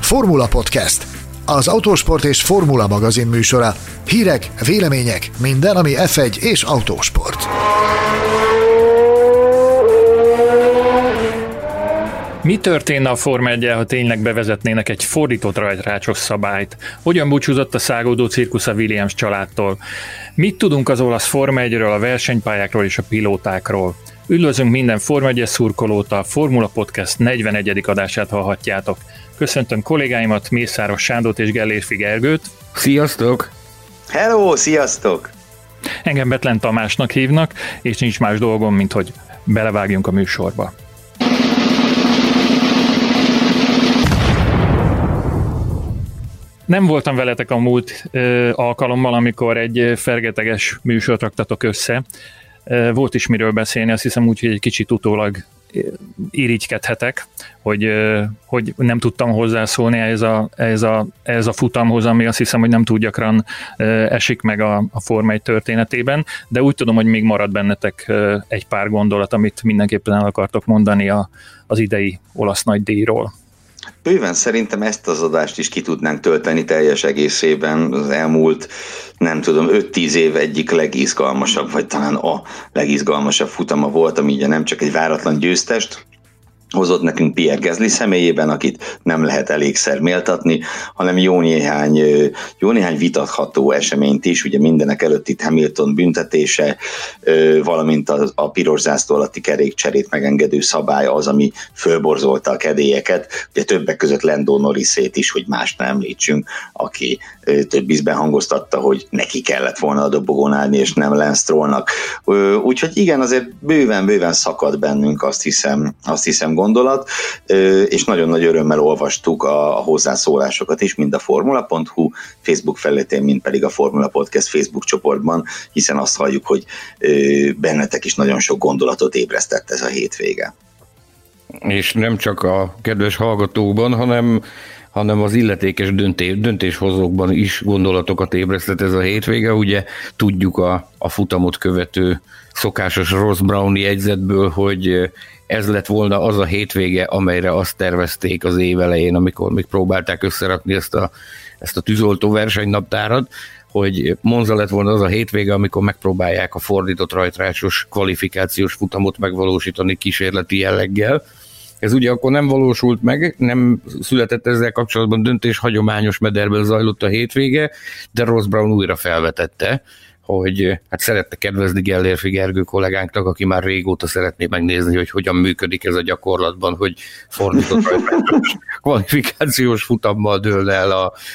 Formula Podcast, az autósport és formula magazin műsora. Hírek, vélemények, minden, ami F1 és autósport. Mi történne a Forma 1-jel, ha tényleg bevezetnének egy fordított rajtrácsos szabályt? Hogyan búcsúzott a szágódó cirkusz a Williams családtól? Mit tudunk az olasz Forma 1-ről, a versenypályákról és a pilótákról? Üdvözlünk minden Forma 1-es szurkolót, a Formula Podcast 41. adását hallhatjátok. Köszöntöm kollégáimat, Mészáros Sándort és Gellérfi Gergőt. Sziasztok! Hello, sziasztok! Engem Betlen Tamásnak hívnak, és nincs más dolgom, mint hogy belevágjunk a műsorba. Nem voltam veletek a múlt alkalommal, amikor egy fergeteges műsort raktatok össze. Volt is miről beszélni, azt hiszem úgy, hogy egy kicsit utólag irigykedhetek, hogy nem tudtam hozzászólni ehhez a futamhoz, ami azt hiszem, hogy nem túl gyakran esik meg a Forma 1 történetében, de úgy tudom, hogy még marad bennetek egy pár gondolat, amit mindenképpen el akartok mondani az idei olasz nagydíjról. Bőven szerintem ezt az adást is ki tudnánk tölteni teljes egészében. Az elmúlt, nem tudom, 5-10 év egyik legizgalmasabb, vagy talán a legizgalmasabb futama volt, ami ugye nem csak egy váratlan győztest hozott nekünk Pierre Gasly személyében, akit nem lehet elégszer méltatni, hanem jó néhány vitatható eseményt is, ugye mindenek előtt itt Hamilton büntetése, valamint a piros zászló alatti kerékcserét megengedő szabály az, ami fölborzolta a kedélyeket, ugye többek között Lando Norrisét is, hogy mást nem említsünk, aki több ízben hangoztatta, hogy neki kellett volna a dobogón állni, és nem Lance Strollnak. Úgyhogy igen, azért bőven szakad bennünk, azt hiszem gondolat, és nagyon nagy örömmel olvastuk a hozzászólásokat is, mind a formula.hu Facebook felületén, mind pedig a Formula Podcast Facebook csoportban, hiszen azt halljuk, hogy bennetek is nagyon sok gondolatot ébresztett ez a hétvége. És nem csak a kedves hallgatókban, hanem az illetékes döntéshozókban is gondolatokat ébresztett ez a hétvége. Ugye tudjuk a futamot követő szokásos Ross Brown jegyzetből, hogy ez lett volna az a hétvége, amelyre azt tervezték az év elején, amikor még próbálták összerakni ezt a tűzoltó versenynaptárat, hogy Monza lett volna az a hétvége, amikor megpróbálják a fordított rajtrácsos kvalifikációs futamot megvalósítani kísérleti jelleggel. Ez ugye akkor nem valósult meg, nem született ezzel kapcsolatban döntés, hagyományos mederben zajlott a hétvége, de Ross Brown újra felvetette, hogy hát szeretne kedvezni Gellérfi Gergő kollégánknak, aki már régóta szeretné megnézni, hogy hogyan működik ez a gyakorlatban, hogy fordított rajtrácsos kvalifikációs futammal dől el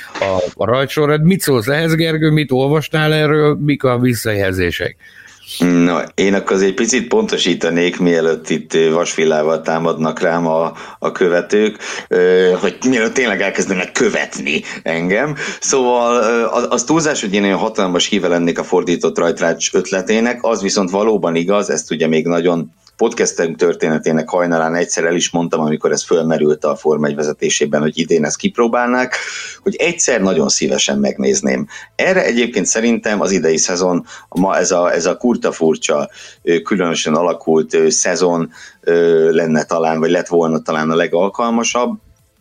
a rajtsorrend. Mit szólsz ehhez, Gergő? Mit olvastál erről? Mik a visszajelzések? Na, én akkor egy picit pontosítanék, mielőtt itt vasvillával támadnak rám a követők, hogy mielőtt tényleg elkezdenek követni engem. Szóval az túlzás, hogy én olyan hatalmas híve lennék a fordított rajtrács ötletének, az viszont valóban igaz, ezt ugye még nagyon podcastünk történetének hajnalán egyszer el is mondtam, amikor ez fölmerült a Forma 1 vezetésében, hogy idén ezt kipróbálnák, hogy egyszer nagyon szívesen megnézném. Erre egyébként szerintem az idei szezon, ez a kurta furcsa, különösen alakult szezon lenne talán, vagy lett volna talán a legalkalmasabb.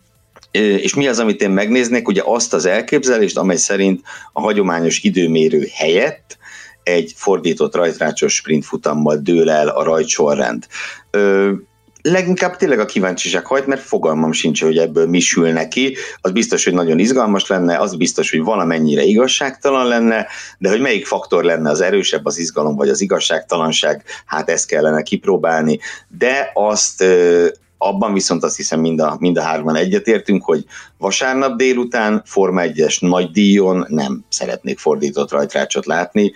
És mi az, amit én megnéznék? Ugye azt az elképzelést, amely szerint a hagyományos időmérő helyett egy fordított rajtrácsos sprintfutammal dől el a rajtsorrend. Leginkább tényleg a kíváncsiság hajt, mert fogalmam sincs, hogy ebből mi sül neki. Az biztos, hogy nagyon izgalmas lenne, az biztos, hogy valamennyire igazságtalan lenne, de hogy melyik faktor lenne az erősebb, az izgalom vagy az igazságtalanság, hát ezt kellene kipróbálni. De abban viszont azt hiszem mind a hárman egyetértünk, hogy vasárnap délután Forma 1-es nagy díjon nem szeretnék fordított rajtrácsot látni.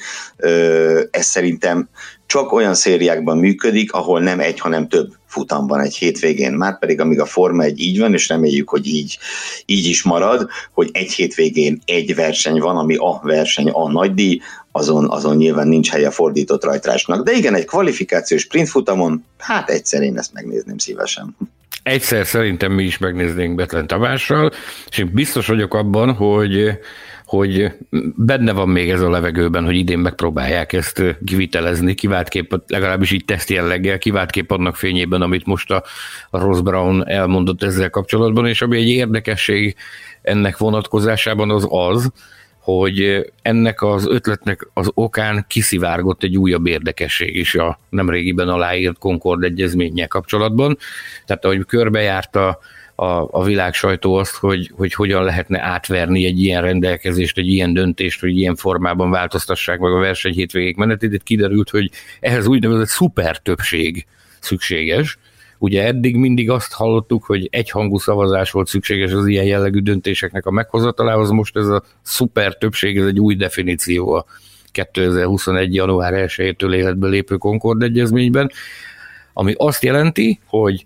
Ez szerintem csak olyan szériákban működik, ahol nem egy, hanem több futam van egy hétvégén. Márpedig amíg a Forma 1 így van, és reméljük, hogy így is marad, hogy egy hétvégén egy verseny van, ami a verseny, a nagydíj, azon nyilván nincs helye a fordított rajtrácsnak. De igen, egy kvalifikációs sprintfutamon, hát egyszer én ezt megnézném szívesen. Egyszer szerintem mi is megnéznénk Betlen Tamással, és én biztos vagyok abban, hogy benne van még ez a levegőben, hogy idén megpróbálják ezt kivitelezni, kiváltképp, legalábbis így teszt jelleggel, kiváltképp annak fényében, amit most a Ross Brown elmondott ezzel kapcsolatban, és ami egy érdekesség ennek vonatkozásában az, hogy ennek az ötletnek az okán kiszivárgott egy újabb érdekesség is a nemrégiben aláírt Concord egyezménnyel kapcsolatban. Tehát ahogy körbejárta a világ sajtó azt, hogy hogyan lehetne átverni egy ilyen rendelkezést, egy ilyen döntést, hogy ilyen formában változtassák meg a verseny hétvégék menetét, kiderült, hogy ehhez úgynevezett szuper többség szükséges. Ugye eddig mindig azt hallottuk, hogy egyhangú szavazás volt szükséges az ilyen jellegű döntéseknek a meghozatalához, most ez a szuper többség, ez egy új definíció a 2021. január 1-től életbe lépő Concord egyezményben, ami azt jelenti, hogy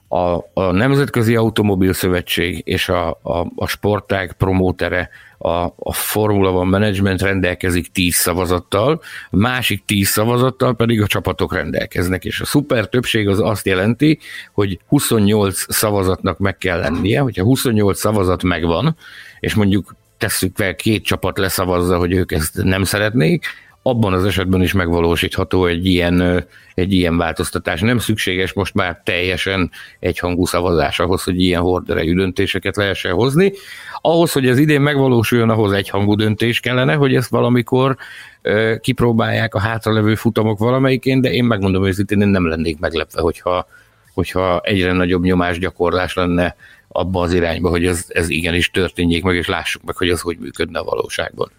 a Nemzetközi Automobil Szövetség és a sportág promótere, a Formula One Management rendelkezik 10 szavazattal, másik 10 szavazattal pedig a csapatok rendelkeznek, és a szuper többség az azt jelenti, hogy 28 szavazatnak meg kell lennie, hogyha 28 szavazat megvan, és mondjuk tesszük fel 2 csapat leszavazza, hogy ők ezt nem szeretnék, abban az esetben is megvalósítható egy ilyen változtatás. Nem szükséges most már teljesen egyhangú szavazás ahhoz, hogy ilyen horderejű döntéseket lehessen hozni. Ahhoz, hogy ez idén megvalósuljon, ahhoz egyhangú döntés kellene, hogy ezt valamikor kipróbálják a hátralevő futamok valamelyikén, de én megmondom őszintén, én nem lennék meglepve, hogyha egyre nagyobb nyomásgyakorlás lenne abba az irányba, hogy ez igenis történjék meg, és lássuk meg, hogy ez hogy működne a valóságban.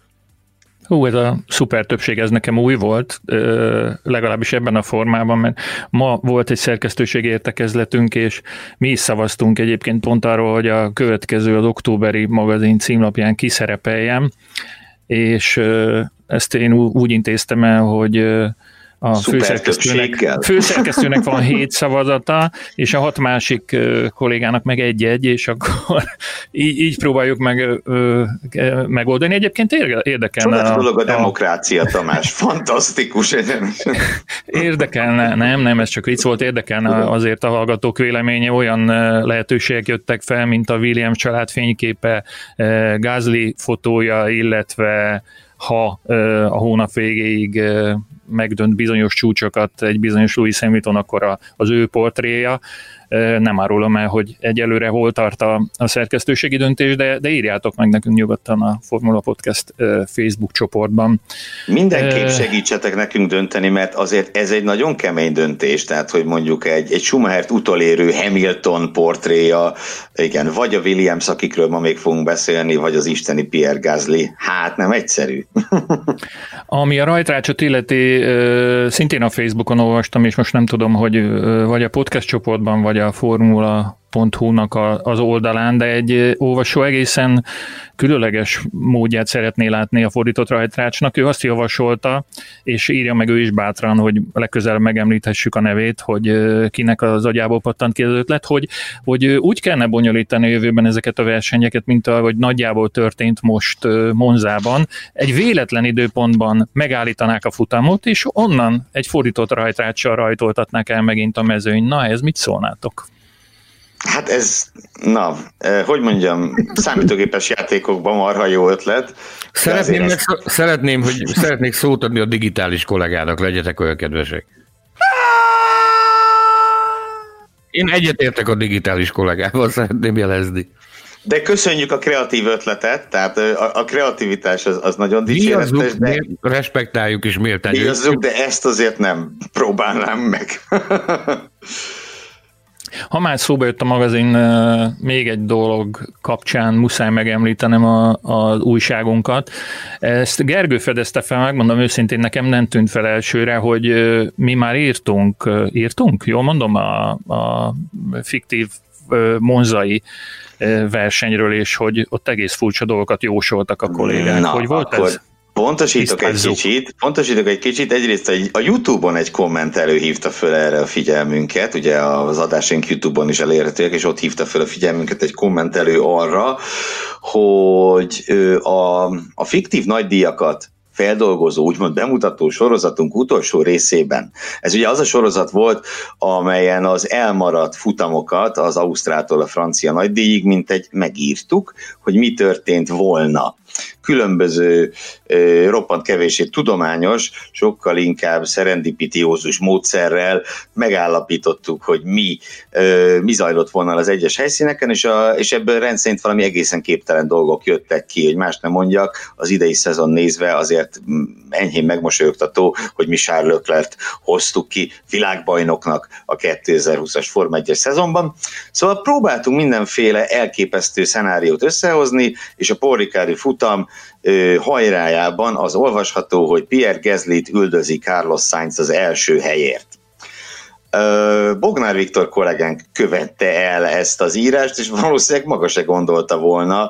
Ez a szuper többség, ez nekem új volt, legalábbis ebben a formában, mert ma volt egy szerkesztőségi értekezletünk, és mi is szavaztunk egyébként pont arról, hogy a következő az októberi magazin címlapján kiszerepeljem, és ezt én úgy intéztem el, hogy a főszerkesztőnek van 7 szavazata, és a 6 másik kollégának meg 1-1, és akkor így próbáljuk megoldani. Egyébként érdekelne. Csodálatos dolog a demokrácia, Tamás. Fantasztikus. Érdekelne, nem, ez csak vicc volt, érdekelne azért a hallgatók véleménye, olyan lehetőségek jöttek fel, mint a Williams család fényképe, Gasly fotója, illetve ha a hónap végéig megdönt bizonyos csúcsokat egy bizonyos Lewis Hamilton, akkor az ő portréja. Nem árulom el, hogy egyelőre hol tart a szerkesztőségi döntés, de írjátok meg nekünk nyugodtan a Formula Podcast Facebook csoportban. Mindenképp segítsetek nekünk dönteni, mert azért ez egy nagyon kemény döntés, tehát hogy mondjuk egy Schumachert utolérő Hamilton portréja, igen, vagy a Williams, akikről ma még fogunk beszélni, vagy az isteni Pierre Gasly. Hát nem egyszerű. Ami a rajtrácsot illeti, szintén a Facebookon olvastam, és most nem tudom, hogy vagy a podcast csoportban, vagy a formula.hu-nak az oldalán, de egy olvasó egészen különleges módját szeretné látni a fordított rajtrácsnak. Ő azt javasolta, és írja meg ő is bátran, hogy legközelebb megemlíthessük a nevét, hogy kinek az agyából pattant ki az ötlet, hogy úgy kellene bonyolítani a jövőben ezeket a versenyeket, mint ahogy nagyjából történt most Monzában. Egy véletlen időpontban megállítanák a futamot, és onnan egy fordított rajtráccsal rajtoltatnák el megint a mezőny. Na, ez mit szólnátok? Hát ez, hogy mondjam, számítógépes játékokban marha jó ötlet. Szeretnék szót adni a digitális kollégának, legyetek olyan kedvesek. Én egyetértek a digitális kollégával, szeretném jelezni. De köszönjük a kreatív ötletet, tehát a kreativitás az nagyon dicséretes, de... Respektáljuk és méltányjuk. Díjazzuk, de ezt azért nem próbálnám meg. Ha már szóba jött a magazin, még egy dolog kapcsán muszáj megemlítenem az újságunkat. Ezt Gergő fedezte fel, megmondom őszintén, nekem nem tűnt fel elsőre, hogy mi már írtunk? Jól mondom, a fiktív monzai versenyről, és hogy ott egész furcsa dolgokat jósoltak a kollégák. Hogy volt ez? Pontosítok egy kicsit. Egyrészt a YouTube-on egy kommentelő hívta föl erre a figyelmünket, ugye az adásaink YouTube-on is elérhetőek, és ott hívta föl a figyelmünket egy kommentelő arra, hogy a fiktív nagydíjakat feldolgozó, úgymond bemutató sorozatunk utolsó részében. Ez ugye az a sorozat volt, amelyen az elmaradt futamokat az Ausztráltól a francia nagydíjig mintegy megírtuk, hogy mi történt volna. különböző roppant kevéssé tudományos, sokkal inkább szerendipiciózus módszerrel megállapítottuk, hogy mi zajlott volna az egyes helyszíneken, és ebből rendszerint valami egészen képtelen dolgok jöttek ki, hogy más nem mondjak, az idei szezon nézve azért enyhén megmosolyogtató, hogy mi Charles Leclerc-t hoztuk ki világbajnoknak a 2020-as Forma 1-es szezonban. Szóval próbáltunk mindenféle elképesztő szenáriót összehozni, és a Paul Ricardi futam hajrájában az olvasható, hogy Pierre Gaslyt üldözi Carlos Sainz az első helyért. Bognár Viktor kollégánk követte el ezt az írást, és valószínűleg maga se gondolta volna,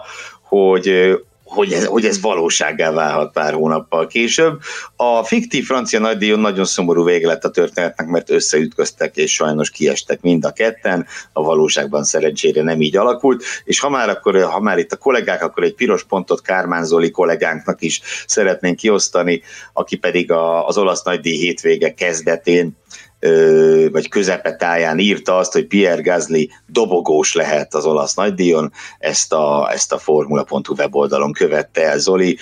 hogy ez valósággá válhat pár hónappal később. A fiktív francia nagydíjon nagyon szomorú vége lett a történetnek, mert összeütköztek, és sajnos kiestek mind a ketten. A valóságban szerencsére nem így alakult, és ha már itt a kollégák, akkor egy piros pontot Kármán Zoli kollégánknak is szeretnénk kiosztani, aki pedig az olasz nagydíj hétvége kezdetén vagy közepetáján írta azt, hogy Pierre Gasly dobogós lehet az olasz nagydíjon, ezt a formula.hu weboldalon követte el Zoli.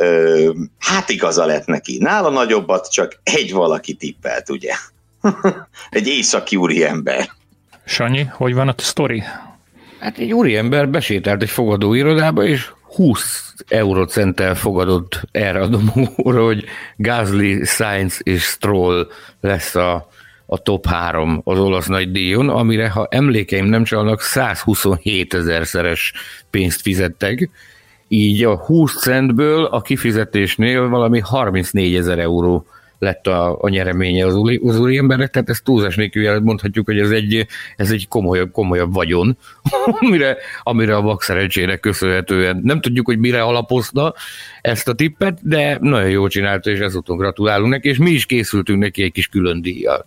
Hát igaza lett neki. Nála nagyobbat csak egy valaki tippelt, ugye? Egy északi úriember. Sanyi, hogy van a sztori? Hát egy úriember besétált egy fogadóirodába, és 20 eurocenttel fogadott erre a domóra, hogy Gasly, Sainz és Stroll lesz a top 3 az olasz nagydíjon, amire, ha emlékeim nem csalnak, 127 000-szeres pénzt fizettek, így a 20 centből a kifizetésnél valami 34 000 euró lett a nyereménye az úriembernek, tehát ezt túlzás nélkül mondhatjuk, hogy ez egy komolyabb vagyon, amire a vakszerencsének köszönhetően nem tudjuk, hogy mire alapozta ezt a tippet, de nagyon jól csinálta, és ezúton gratulálunk neki, és mi is készültünk neki egy kis külön díjjal.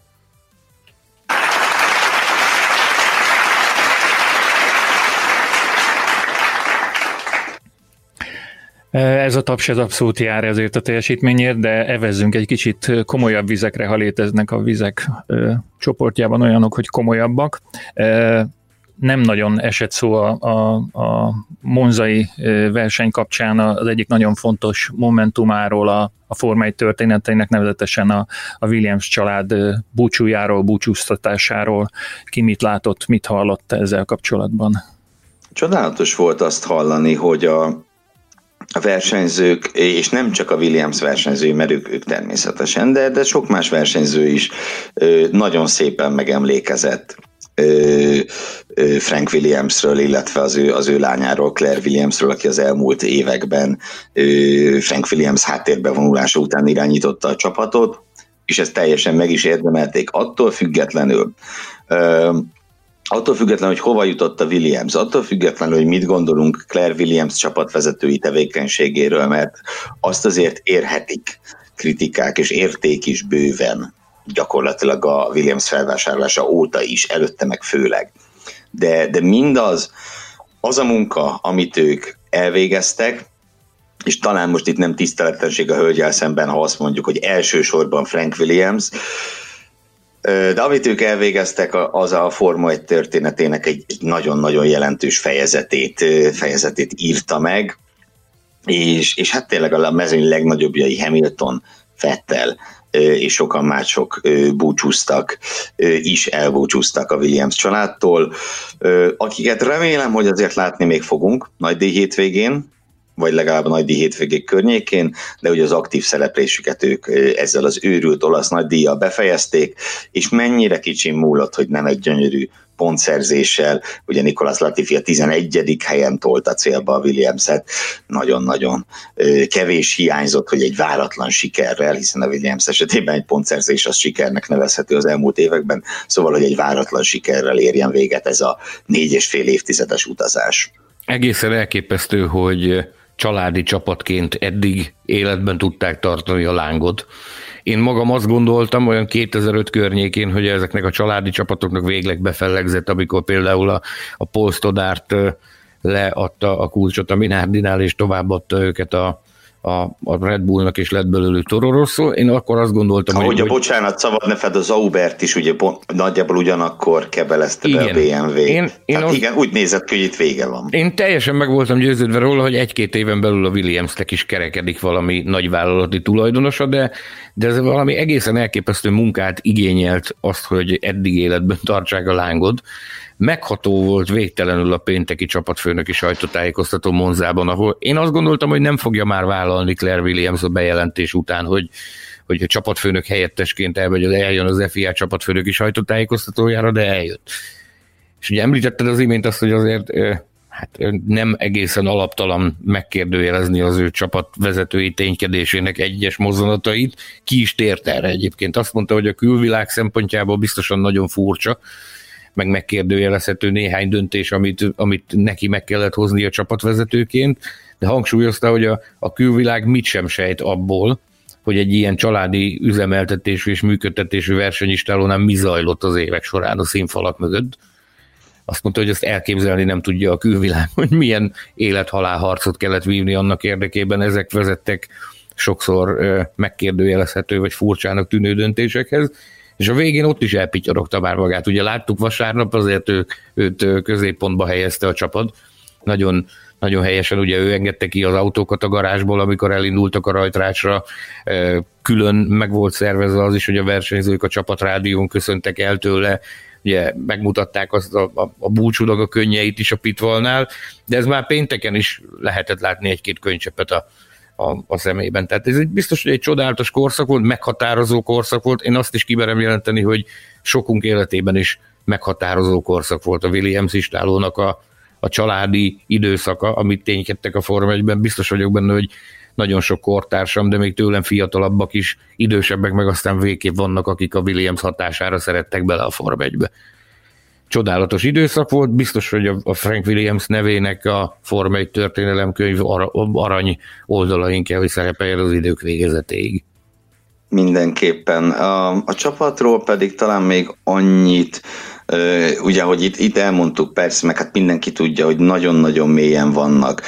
Ez a taps abszolút jár ezért a teljesítményért, de evezzünk egy kicsit komolyabb vizekre, ha léteznek a vizek csoportjában olyanok, hogy komolyabbak. Nem nagyon esett szó a monzai verseny kapcsán az egyik nagyon fontos momentumáról a Forma 1 történeteinek, nevezetesen a Williams család búcsújáról, búcsúztatásáról. Ki mit látott, mit hallott ezzel kapcsolatban? Csodálatos volt azt hallani, hogy a versenyzők, és nem csak a Williams versenyzői, mert ők természetesen, de sok más versenyző is nagyon szépen megemlékezett Frank Williamsről, illetve az ő lányáról, Claire Williamsről, aki az elmúlt években Frank Williams háttérbe vonulása után irányította a csapatot, és ezt teljesen meg is érdemelték. Attól függetlenül, hogy hova jutott a Williams, attól függetlenül, hogy mit gondolunk Claire Williams csapatvezetői tevékenységéről, mert azt azért érhetik kritikák, és érték is bőven gyakorlatilag a Williams felvásárlása óta is, előtte meg főleg. De mindaz, az a munka, amit ők elvégeztek, és talán most itt nem tiszteletlenség a hölgyel szemben, ha azt mondjuk, hogy elsősorban Frank Williams, de amit ők elvégeztek, az a Forma 1 történetének egy nagyon-nagyon jelentős fejezetét írta meg, és hát tényleg a mezőny legnagyobbjai Hamilton, Vettel és sokan mások elbúcsúztak a Williams családtól, akiket remélem, hogy azért látni még fogunk nagydíj hétvégén, vagy legalább a nagydíj hétvégék környékén, de ugye az aktív szereplésüket ők ezzel az őrült olasz nagydíjjal befejezték, és mennyire kicsin múlott, hogy nem egy gyönyörű pontszerzéssel, ugye Nicolas Latifi a 11. helyen tolta célba a Williamset, nagyon-nagyon kevés hiányzott, hogy egy váratlan sikerrel, hiszen a Williams esetében egy pontszerzés az sikernek nevezhető az elmúlt években, szóval, hogy egy váratlan sikerrel érjen véget ez a 4,5 évtizedes utazás. Egészen elképesztő, hogy családi csapatként eddig életben tudták tartani a lángot. Én magam azt gondoltam olyan 2005 környékén, hogy ezeknek a családi csapatoknak végleg befellegzett, amikor például a Paul Stoddart leadta a kulcsot a Minardinál, és továbbadta őket a a Red Bullnak, és lett belőlük Toro Rosso. Én akkor azt gondoltam, hogy... bocsánat, szabad ne fedd, az Aubert is ugye nagyjából ugyanakkor kebelezte be a BMW. Igen, úgy nézett ki, hogy itt vége van. Én teljesen meg voltam győződve róla, hogy 1-2 éven belül a Williamsnek is kerekedik valami nagyvállalati tulajdonosa, de ez valami egészen elképesztő munkát igényelt azt, hogy eddig életben tartsák a lángot. Megható volt végtelenül a pénteki csapatfőnöki sajtótájékoztató Monzában, ahol én azt gondoltam, hogy nem fogja már vállalni Claire Williams a bejelentés után, hogy a csapatfőnök helyettesként eljön az FIA csapatfőnöki sajtótájékoztatójára, de eljött. És ugye említetted az imént azt, hogy azért nem egészen alaptalan megkérdőjelezni az ő csapatvezetői ténykedésének egyes mozzanatait. Ki is tért erre egyébként. Azt mondta, hogy a külvilág szempontjából biztosan nagyon furcsa, meg megkérdőjelezhető néhány döntés, amit neki meg kellett hozni a csapatvezetőként, de hangsúlyozta, hogy a külvilág mit sem sejt abból, hogy egy ilyen családi üzemeltetésű és működtetésű versenyistálónál mi zajlott az évek során a színfalak mögött. Azt mondta, hogy ezt elképzelni nem tudja a külvilág, hogy milyen élet-halál harcot kellett vívni annak érdekében. Ezek vezettek sokszor megkérdőjelezhető vagy furcsának tűnő döntésekhez, és a végén ott is elpityorogta már magát. Ugye láttuk vasárnap, azért őt középpontba helyezte a csapat. Nagyon, nagyon helyesen ugye ő engedte ki az autókat a garázsból, amikor elindultak a rajtrácsra. Külön meg volt szervezve az is, hogy a versenyzők a csapatrádión köszöntek el tőle, ugye megmutatták azt a búcsúnak a könnyeit is a pitfallnál, de ez már pénteken is lehetett látni 1-2 könycseppet a szemében. Tehát ez biztos, hogy egy csodálatos korszak volt, meghatározó korszak volt. Én azt is kimerem jelenteni, hogy sokunk életében is meghatározó korszak volt a Williams istálónak a családi időszaka, amit ténykedtek a Forma 1-ben. Biztos vagyok benne, hogy nagyon sok kortársam, de még tőlem fiatalabbak is, idősebbek meg aztán végképp vannak, akik a Williams hatására szerettek bele a Forma 1-be. Csodálatos időszak volt, biztos, hogy a Frank Williams nevének a Forma 1 történelemkönyv arany oldalain kell, hogy szerepeljen az idők végezetéig. Mindenképpen. A csapatról pedig talán még annyit, ugye, hogy itt elmondtuk persze, meg hát mindenki tudja, hogy nagyon-nagyon mélyen vannak,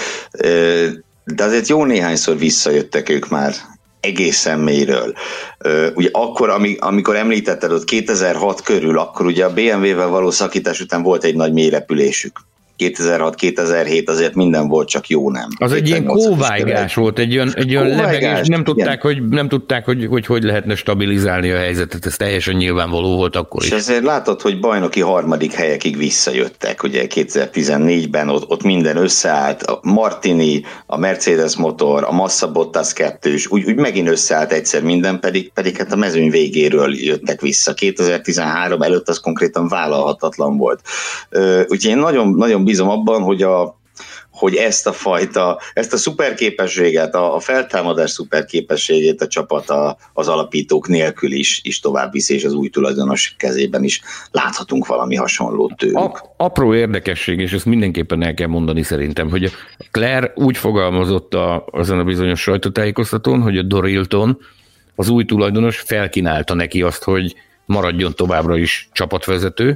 de azért jó néhányszor visszajöttek ők már egészen mélyről. Ugye akkor, amikor említetted ott 2006 körül, akkor ugye a BMW-vel való szakítás után volt egy nagy mélyrepülésük. 2006-2007 azért minden volt, csak jó nem. Az egy ilyen kóvájgás volt, egy olyan lebegés, nem tudták, hogy lehetne stabilizálni a helyzetet, ez teljesen nyilvánvaló volt akkor is. És ezért látod, hogy bajnoki harmadik helyekig visszajöttek, ugye 2014-ben ott minden összeállt, a Martini, a Mercedes motor, a Massa Bottas 2-s, úgy megint összeállt egyszer minden, pedig hát a mezőny végéről jöttek vissza. 2013 előtt az konkrétan vállalhatatlan volt. Úgyhogy én nagyon, nagyon bízom abban, hogy ezt a szuperképességet, a feltámadás szuperképességét a csapat az alapítók nélkül is tovább viszi, és az új tulajdonos kezében is láthatunk valami hasonlót tőlük. Apró érdekesség, és ezt mindenképpen el kell mondani szerintem, hogy Claire úgy fogalmazott azon a bizonyos sajtótájékoztatón, hogy a Dorilton, az új tulajdonos felkínálta neki azt, hogy maradjon továbbra is csapatvezető,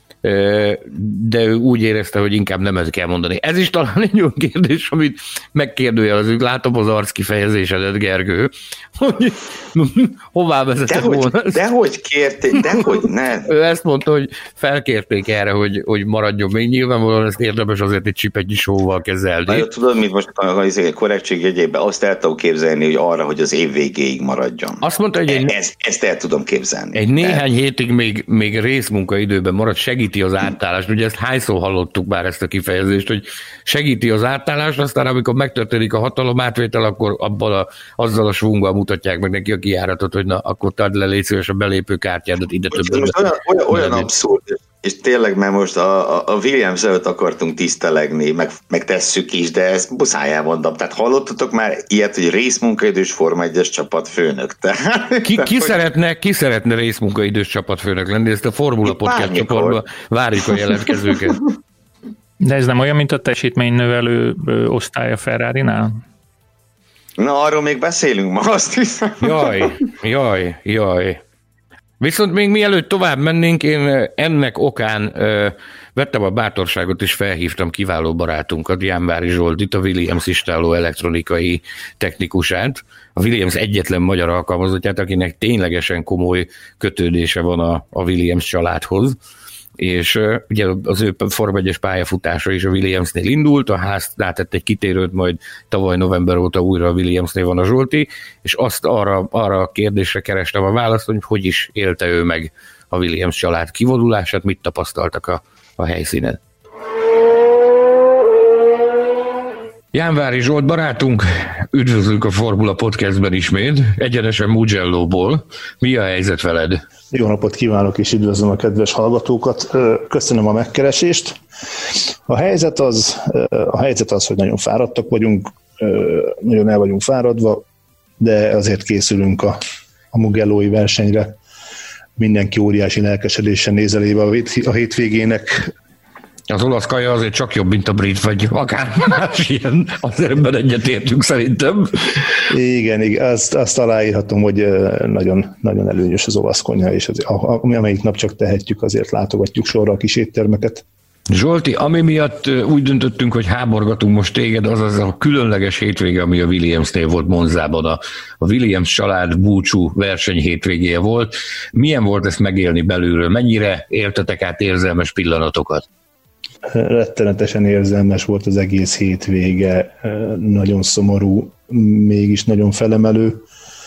de ő úgy érezte, hogy inkább nem ezt kell mondani. Ez is talán egy olyan kérdés, amit megkérdőjelezünk. Látom az arckifejezésedet, Gergő, hogy hová vezetett volna. Dehogy kérték, dehogy ne. Ő ezt mondta, hogy felkérték erre, hogy maradjon még. Nyilvánvalóan ezt érdemes azért egy csipegyi sóval kezelni. Na, tudod, mit most a korrektség jegyében azt el tudom képzelni, hogy arra, hogy az év végéig maradjon. Azt mondta, hogy ezt el tudom képzelni. Egy néhány hétig még részmunkaidőben marad, segíti az átállást. Ugye ezt hányszor hallottuk már ezt a kifejezést, hogy segíti az átállást, aztán amikor megtörténik a hatalomátvétel, akkor azzal a svunggal mutatják meg neki a kijáratot, hogy na, akkor tedd le, légy szíves a belépőkártyádat ide többet. Olyan abszurd, és tényleg, mert most a Williams előtt akartunk tisztelegni, meg tesszük is, de ezt muszáj mondom. Tehát hallottatok már ilyet, hogy részmunkaidős Forma 1-es csapatfőnök? Ki szeretne részmunkaidős csapatfőnök lenni? Ezt a Formula Podcast csoportban várjuk a jelentkezőket. De ez nem olyan, mint a teljesítménynövelő osztály a Ferrari-nál? Na, arról még beszélünk ma, azt hiszem. Jaj. Viszont még mielőtt tovább mennénk, én ennek okán vettem a bátorságot és felhívtam kiváló barátunkat, Jánvári Zsoltit, a Williams istáló elektronikai technikusát, a Williams egyetlen magyar alkalmazottját, akinek ténylegesen komoly kötődése van a Williams családhoz, és ugye az ő Forma 1-es pályafutása is a Williamsnél indult, a ház rátett egy kitérőt, majd tavaly november óta újra a Williamsnél van a Zsolti, és azt arra a kérdésre kerestem a választ, hogy is élte ő meg a Williams család kivonulását, mit tapasztaltak a helyszínen. Jánvári Zsolt barátunk, üdvözlünk a Formula Podcastben ismét, egyenesen Mugello-ból. Mi a helyzet veled? Jó napot kívánok, és üdvözlöm a kedves hallgatókat. Köszönöm a megkeresést. A helyzet az, hogy nagyon fáradtak vagyunk, nagyon el vagyunk fáradva, de azért készülünk a Mugello-i versenyre. Mindenki óriási lelkesedésen néz elébe a hétvégének. Az olasz kaja azért csak jobb, mint a brit, vagy akár más ilyen, azért ebben egyetértünk szerintem. Igen, azt aláírhatom, hogy nagyon, nagyon előnyös az olasz konyha, és amelyik nap csak tehetjük, azért látogatjuk sorra a kis éttermeket. Zsolti, ami miatt úgy döntöttünk, hogy háborgatunk most téged, az a különleges hétvége, ami a Williamsnél volt Monzában. A Williams család búcsú verseny hétvégéje volt. Milyen volt ezt megélni belülről? Mennyire éltetek át érzelmes pillanatokat? Rettenetesen érzelmes volt az egész hétvége, nagyon szomorú, mégis nagyon felemelő.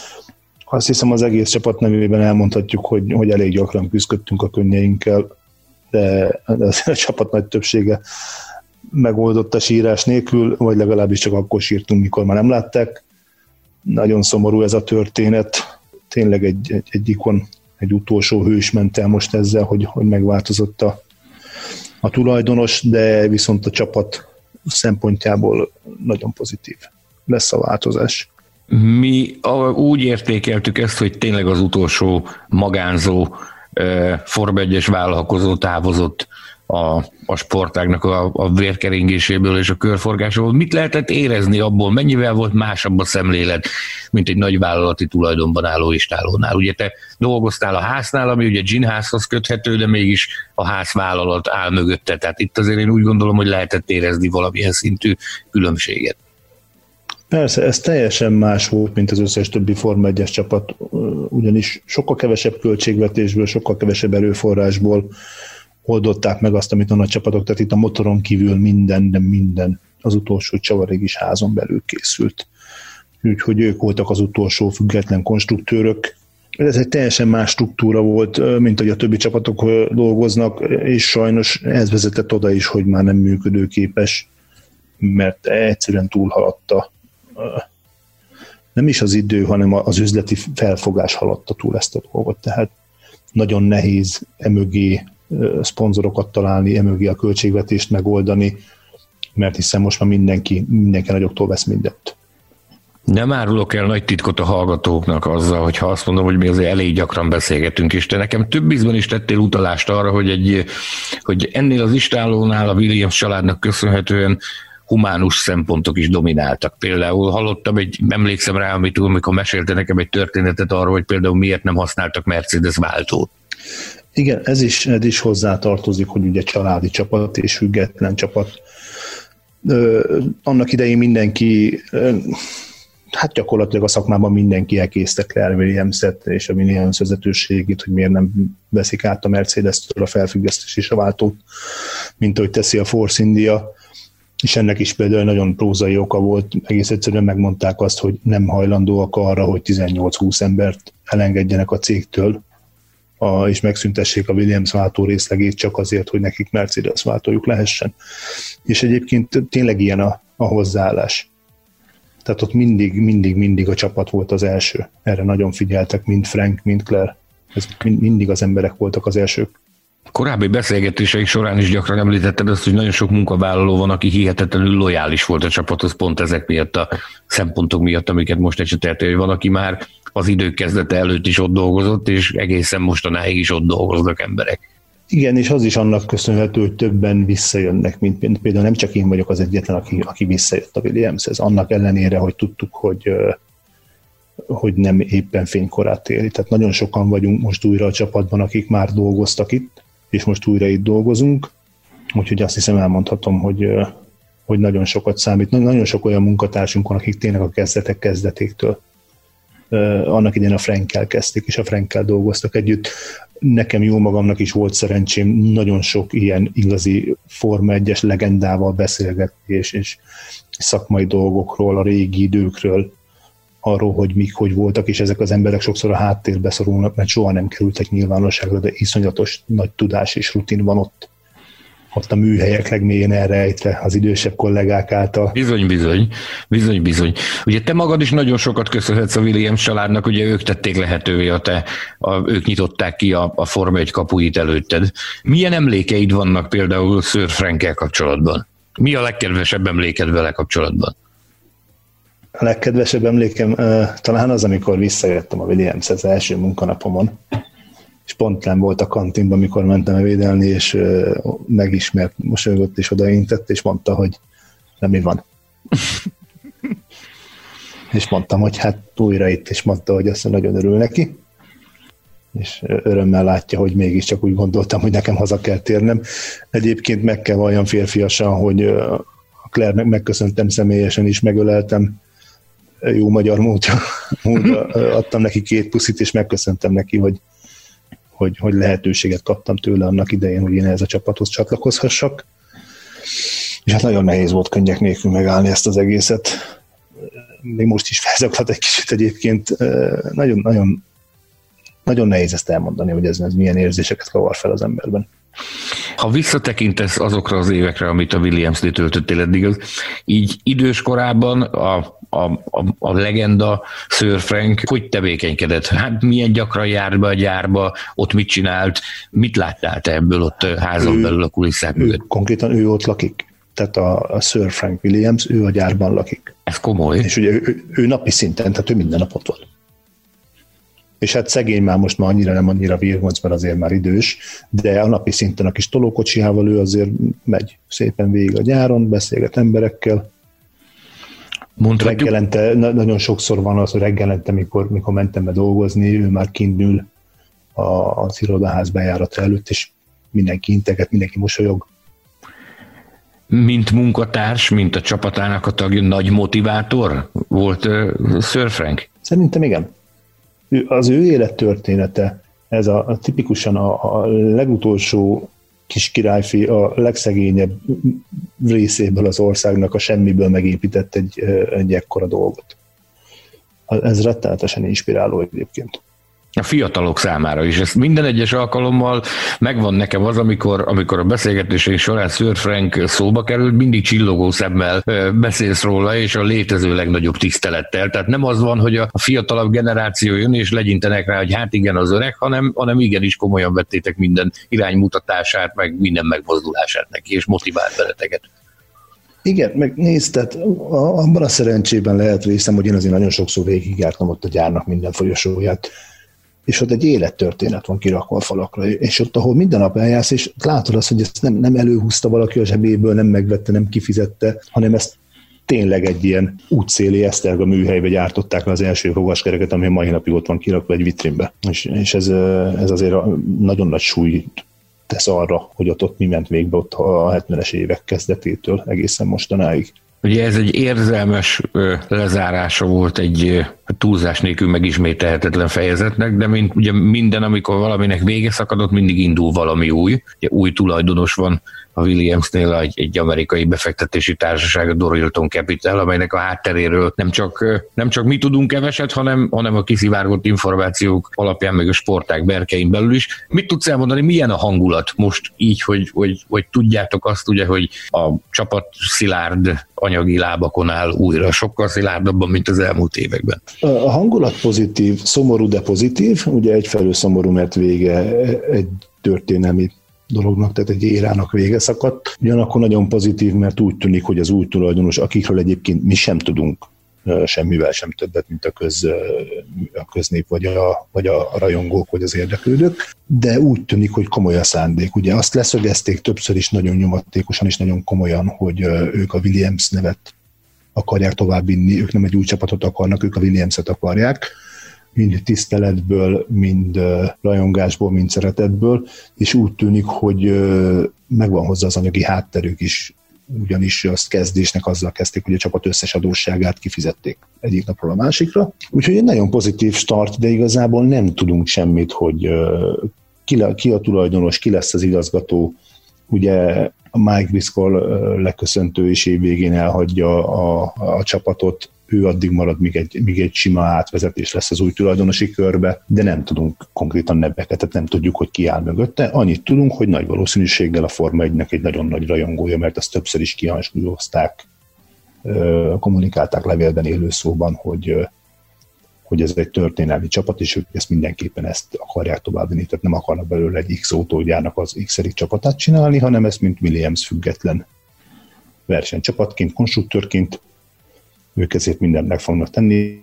Azt hiszem, az egész csapat nevében elmondhatjuk, hogy elég gyakran küzdöttünk a könnyeinkkel, de a csapat nagy többsége megoldott a sírás nélkül, vagy legalábbis csak akkor sírtunk, mikor már nem látták. Nagyon szomorú ez a történet. Tényleg egy ikon, egy utolsó hős ment el most ezzel, hogy megváltozott a tulajdonos, de viszont a csapat szempontjából nagyon pozitív lesz a változás. Mi úgy értékeltük ezt, hogy tényleg az utolsó magánzó Forma 1-es vállalkozó távozott a sportágnak a vérkeringéséből és a körforgásból. Mit lehetett érezni abból? Mennyivel volt másabb a szemlélet, mint egy nagy vállalati tulajdonban álló istálónál? Ugye te dolgoztál a háznál, ami ugye Ginházhoz köthető, de mégis a házvállalat áll mögötte. Tehát itt azért én úgy gondolom, hogy lehetett érezni valamilyen szintű különbséget. Persze, ez teljesen más volt, mint az összes többi Forma 1-es csapat, ugyanis sokkal kevesebb költségvetésből, sokkal kevesebb erőforrásból oldották meg azt, amit a nagy csapatok, tehát itt a motoron kívül minden az utolsó csavarig is házon belül készült. Úgyhogy ők voltak az utolsó független konstruktőrök. Ez egy teljesen más struktúra volt, mint hogy a többi csapatok dolgoznak, és sajnos ez vezetett oda is, hogy már nem működőképes, mert egyszerűen túlhaladta. Nem is az idő, hanem az üzleti felfogás haladta túl ezt a dolgot. Tehát nagyon nehéz emögé szponzorokat találni, emögé a költségvetést megoldani, mert hiszen most már mindenki nagyoktól vesz mindent. Nem árulok el nagy titkot a hallgatóknak azzal, hogyha azt mondom, hogy mi azért elég gyakran beszélgetünk, és te nekem több ízben is tettél utalást arra, hogy ennél az istálónál a Williams családnak köszönhetően humánus szempontok is domináltak. Például hallottam emlékszem rá, amikor mesélte nekem egy történetet arról, hogy például miért nem használtak Mercedes váltót. Igen, ez is hozzátartozik, hogy ugye családi csapat és független csapat. Annak idején mindenki, hát gyakorlatilag a szakmában mindenki elkészte Claire Williams-et és a Williams vezetőségét, hogy miért nem veszik át a Mercedes-től a felfüggesztés és a váltót, mint ahogy teszi a Force India. És ennek is például nagyon prózai oka volt, egész egyszerűen megmondták azt, hogy nem hajlandóak arra, hogy 18-20 embert elengedjenek a cégtől, és megszüntessék a Williams váltó részlegét csak azért, hogy nekik Mercedes váltójuk lehessen. És egyébként tényleg ilyen a hozzáállás. Tehát ott mindig a csapat volt az első. Erre nagyon figyeltek, mind Frank, mind Claire. Mindig az emberek voltak az elsők. Korábbi beszélgetéseink során is gyakran említetted azt, hogy nagyon sok munkavállaló van, aki hihetetlenül lojális volt a csapathoz, pont ezek miatt a szempontok miatt, amiket most ecseteltél, hogy van, aki már az idők kezdete előtt is ott dolgozott, és egészen mostanáig is ott dolgoznak emberek. Igen, és az is annak köszönhető, hogy többen visszajönnek, mint például nem csak én vagyok az egyetlen, aki visszajött a Williamshez. Annak ellenére, hogy tudtuk, hogy hogy nem éppen fénykorát éli. Tehát nagyon sokan vagyunk most újra a csapatban, akik már dolgoztak itt, és most újra itt dolgozunk, úgyhogy azt hiszem elmondhatom, hogy nagyon sokat számít. Nagyon sok olyan munkatársunk van, akik tényleg a kezdetéktől. Annak idején a Frankkel kezdték, és a Frankkel dolgoztak együtt. Nekem jó magamnak is volt szerencsém nagyon sok ilyen igazi Forma 1-es legendával beszélgetni, és szakmai dolgokról, a régi időkről, arról, hogy mik, hogy voltak, és ezek az emberek sokszor a háttérbe szorulnak, mert soha nem kerültek nyilvánosságra, de iszonyatos nagy tudás és rutin van ott a műhelyek legmélyén elrejtve az idősebb kollégák által. Bizony. Ugye te magad is nagyon sokat köszönhetsz a Williams családnak, ugye ők tették lehetővé, ők nyitották ki a Forma 1 kapuit előtted. Milyen emlékeid vannak például Sir Frankkel kapcsolatban? Mi a legkedvesebb emléked vele kapcsolatban? A legkedvesebb emlékem talán az, amikor visszajöttem a Williams az első munkanapomon, és pont nem volt a kantinban, amikor mentem védelni, és megismert, mosolygott és odaintett, és mondta, hogy nem mi van. És mondtam, hogy hát újra itt, és mondta, hogy azt nagyon örül neki, és örömmel látja, hogy mégiscsak úgy gondoltam, hogy nekem haza kell térnem. Egyébként meg kell valljam férfiasan, hogy a Claire-nek megköszöntem személyesen is, megöleltem, jó magyar módra adtam neki 2 puszit, és megköszöntem neki, hogy lehetőséget kaptam tőle annak idején, hogy én ehhez a csapathoz csatlakozhassak. És hát nagyon nehéz volt könnyek nélkül megállni ezt az egészet. Még most is felzaklat egy kicsit egyébként. Nagyon, nagyon, nagyon nehéz ezt elmondani, hogy ez milyen érzéseket kavar fel az emberben. Ha visszatekintesz azokra az évekre, amit a Williams-nél töltöttél eddig, így idős korában a legenda Sir Frank hogy tevékenykedett? Hát milyen gyakran járt be a gyárba, ott mit csinált, mit láttál te ebből ott házon belül a kulisszák mögött? Konkrétan ő ott lakik. Tehát a Sir Frank Williams, ő a gyárban lakik. Ez komoly. És ugye ő napi szinten, tehát ő minden nap ott van. És hát szegény már most már nem annyira virgonc, mert azért már idős, de a napi szinten a kis tolókocsijával ő azért megy szépen végig a gyáron, beszélget emberekkel. Reggelente, nagyon sokszor van az, hogy reggelente, mikor mentem be dolgozni, ő már kint ül az irodaház bejárata előtt, és mindenki integet, mindenki mosolyog. Mint munkatárs, mint a csapatának a tagja, nagy motivátor volt Sir Frank? Szerintem igen. Az ő élettörténete, ez a tipikusan a legutolsó kis királyfi, a legszegényebb részéből az országnak a semmiből megépített egy ekkora dolgot. Ez rettenetesen inspiráló egyébként. A fiatalok számára is. Ez minden egyes alkalommal megvan nekem az, amikor a beszélgetéseink során Sir Frank szóba került, mindig csillogó szemmel beszélsz róla, és a létező legnagyobb tisztelettel. Tehát nem az van, hogy a fiatalabb generáció jön, és legyintenek rá, hogy hát igen az öreg, hanem igenis komolyan vettétek minden iránymutatását, meg minden megmozdulását neki, és motivált veleteket. Igen, meg nézd, tehát abban a szerencsében lehet részem, hogy én azért nagyon sokszor végigjártam ott a gyárnak minden folyosóját, és ott egy élettörténet van kirakva a falakra, és ott, ahol minden nap eljársz, és látod azt, hogy ezt nem előhúzta valaki a zsebéből, nem megvette, nem kifizette, hanem ezt tényleg egy ilyen útszéli eszterga műhelybe gyártották le az első fogaskereket, ami a mai napig ott van kirakva egy vitrínbe. És ez azért nagyon nagy súly tesz arra, hogy ott mi ment végbe ott a 70-es évek kezdetétől egészen mostanáig. Ugye ez egy érzelmes lezárása volt egy túlzás nélkül megismételhetetlen fejezetnek, de ugye minden, amikor valaminek vége szakadott, mindig indul valami új. Ugye új tulajdonos van a Williamsnél, egy amerikai befektetési társaság, a Doralton Capital, amelynek a hátteréről nem csak mi tudunk keveset, hanem a kiszivárgott információk alapján, meg a sportág berkein belül is. Mit tudsz elmondani, milyen a hangulat most így, hogy tudjátok azt, ugye, hogy a csapat szilárd anyagi lábakon áll újra, sokkal szilárdabban, mint az elmúlt években? A hangulat pozitív, szomorú, de pozitív. Ugye egyfelől szomorú, mert vége egy történelmi dolognak, tehát egy érának vége szakadt. Ugyanakkor nagyon pozitív, mert úgy tűnik, hogy az új tulajdonos, akikről egyébként mi sem tudunk semmivel sem többet, mint a köznép, vagy a rajongók, vagy az érdeklődők, de úgy tűnik, hogy komoly a szándék. Ugye azt leszögezték többször is nagyon nyomatékosan és nagyon komolyan, hogy ők a Williams nevet akarják továbbvinni, ők nem egy új csapatot akarnak, ők a Williams-et akarják, mind tiszteletből, mind rajongásból, mind szeretetből, és úgy tűnik, hogy megvan hozzá az anyagi hátterük is, ugyanis azt kezdésnek azzal kezdték, hogy a csapat összes adósságát kifizették egyik napról a másikra. Úgyhogy egy nagyon pozitív start, de igazából nem tudunk semmit, hogy ki a tulajdonos, ki lesz az igazgató. Ugye a Mike Driscoll leköszöntő és évvégén elhagyja a csapatot, ő addig marad, míg egy sima átvezetés lesz az új tulajdonosi körbe, de nem tudunk konkrétan neveket, tehát nem tudjuk, hogy ki áll mögötte. Annyit tudunk, hogy nagy valószínűséggel a Forma 1-nek egy nagyon nagy rajongója, mert azt többször is kihangsúlyozták, kommunikálták levélben, élőszóban, hogy ez egy történelmi csapat, és ők ezt mindenképpen ezt akarják továbbvinni, tehát nem akarnak belőle egy X autógyárnak az X-erik csapatát csinálni, hanem ezt mint Williams független versenycsapatként, konstruktőrként ők ezért mindent meg fognak tenni.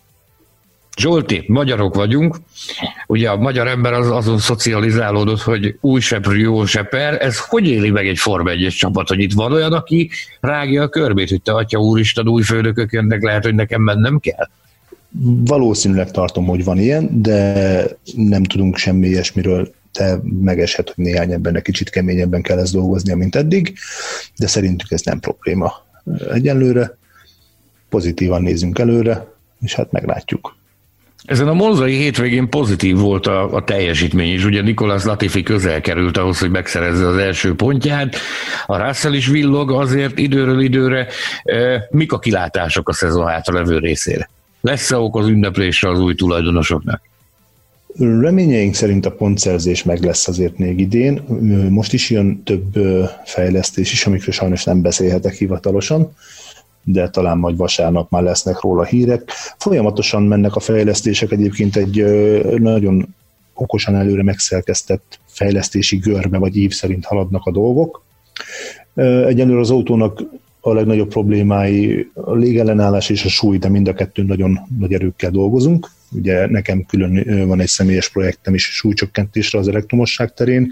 Zsolti, magyarok vagyunk, ugye a magyar ember azon szocializálódott, hogy új seprű, jó seper, ez hogy éli meg egy Forma 1-es csapat, hogy itt van olyan, aki rágja a körbét, hogy te atya úristen, új főnökök jönnek, lehet, hogy nekem mennem kell? Valószínűleg tartom, hogy van ilyen, de nem tudunk semmi ilyesmiről, te megeshet, hogy néhány embernek kicsit keményebben kell ezt dolgoznia, mint eddig, de szerintük ez nem probléma egyenlőre. Pozitívan nézünk előre, és hát meglátjuk. Ezen a monzai hétvégén pozitív volt a teljesítmény is, ugye Nicolas Latifi közel került ahhoz, hogy megszerezze az első pontját, a Russell is villog azért időről időre. Mik a kilátások a szezon hátralevő részére? Lesz-e ok az ünneplésre az új tulajdonosoknak? Reményeink szerint a pontszerzés meg lesz azért még idén. Most is jön több fejlesztés is, amikről sajnos nem beszélhetek hivatalosan, de talán majd vasárnap már lesznek róla hírek. Folyamatosan mennek a fejlesztések, egyébként egy nagyon okosan előre megszerkesztett fejlesztési görbe vagy ív szerint haladnak a dolgok. Egyelőre az autónak a legnagyobb problémái a légellenállás és a súly, de mind a kettőn nagyon nagy erőkkel dolgozunk. Ugye nekem külön van egy személyes projektem is súlycsökkentésre az elektromosság terén,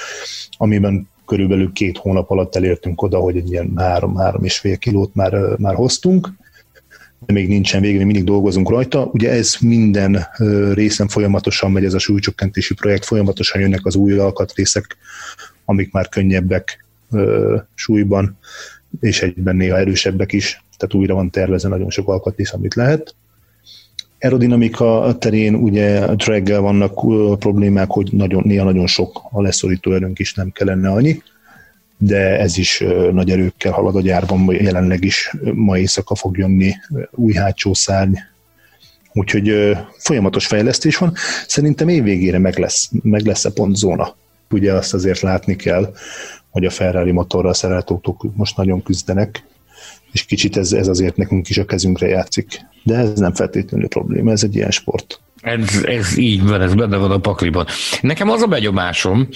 amiben körülbelül 2 hónap alatt elértünk oda, hogy egy ilyen 3-3,5 kilót már hoztunk, de még nincsen vége, mindig dolgozunk rajta. Ugye ez minden részen folyamatosan megy, ez a súlycsökkentési projekt, folyamatosan jönnek az új alkatrészek, amik már könnyebbek súlyban, és egyben néha erősebbek is, tehát újra van tervezve nagyon sok alkatrész, amit lehet. Aerodinamika terén ugye a draggel vannak problémák, hogy néha nagyon sok a leszorító erőnk is, nem kellene annyi, de ez is nagy erőkkel halad a gyárban, jelenleg is ma éjszaka fog jönni új hátsó szárny, úgyhogy folyamatos fejlesztés van. Szerintem évvégére meg lesz a pontzóna. Ugye azt azért látni kell, hogy a Ferrari motorral szerelt autók most nagyon küzdenek, és kicsit ez azért nekünk is a kezünkre játszik. De ez nem feltétlenül probléma, ez egy ilyen sport. Ez így van, ez benne van a pakliban. Nekem az a benyomásom,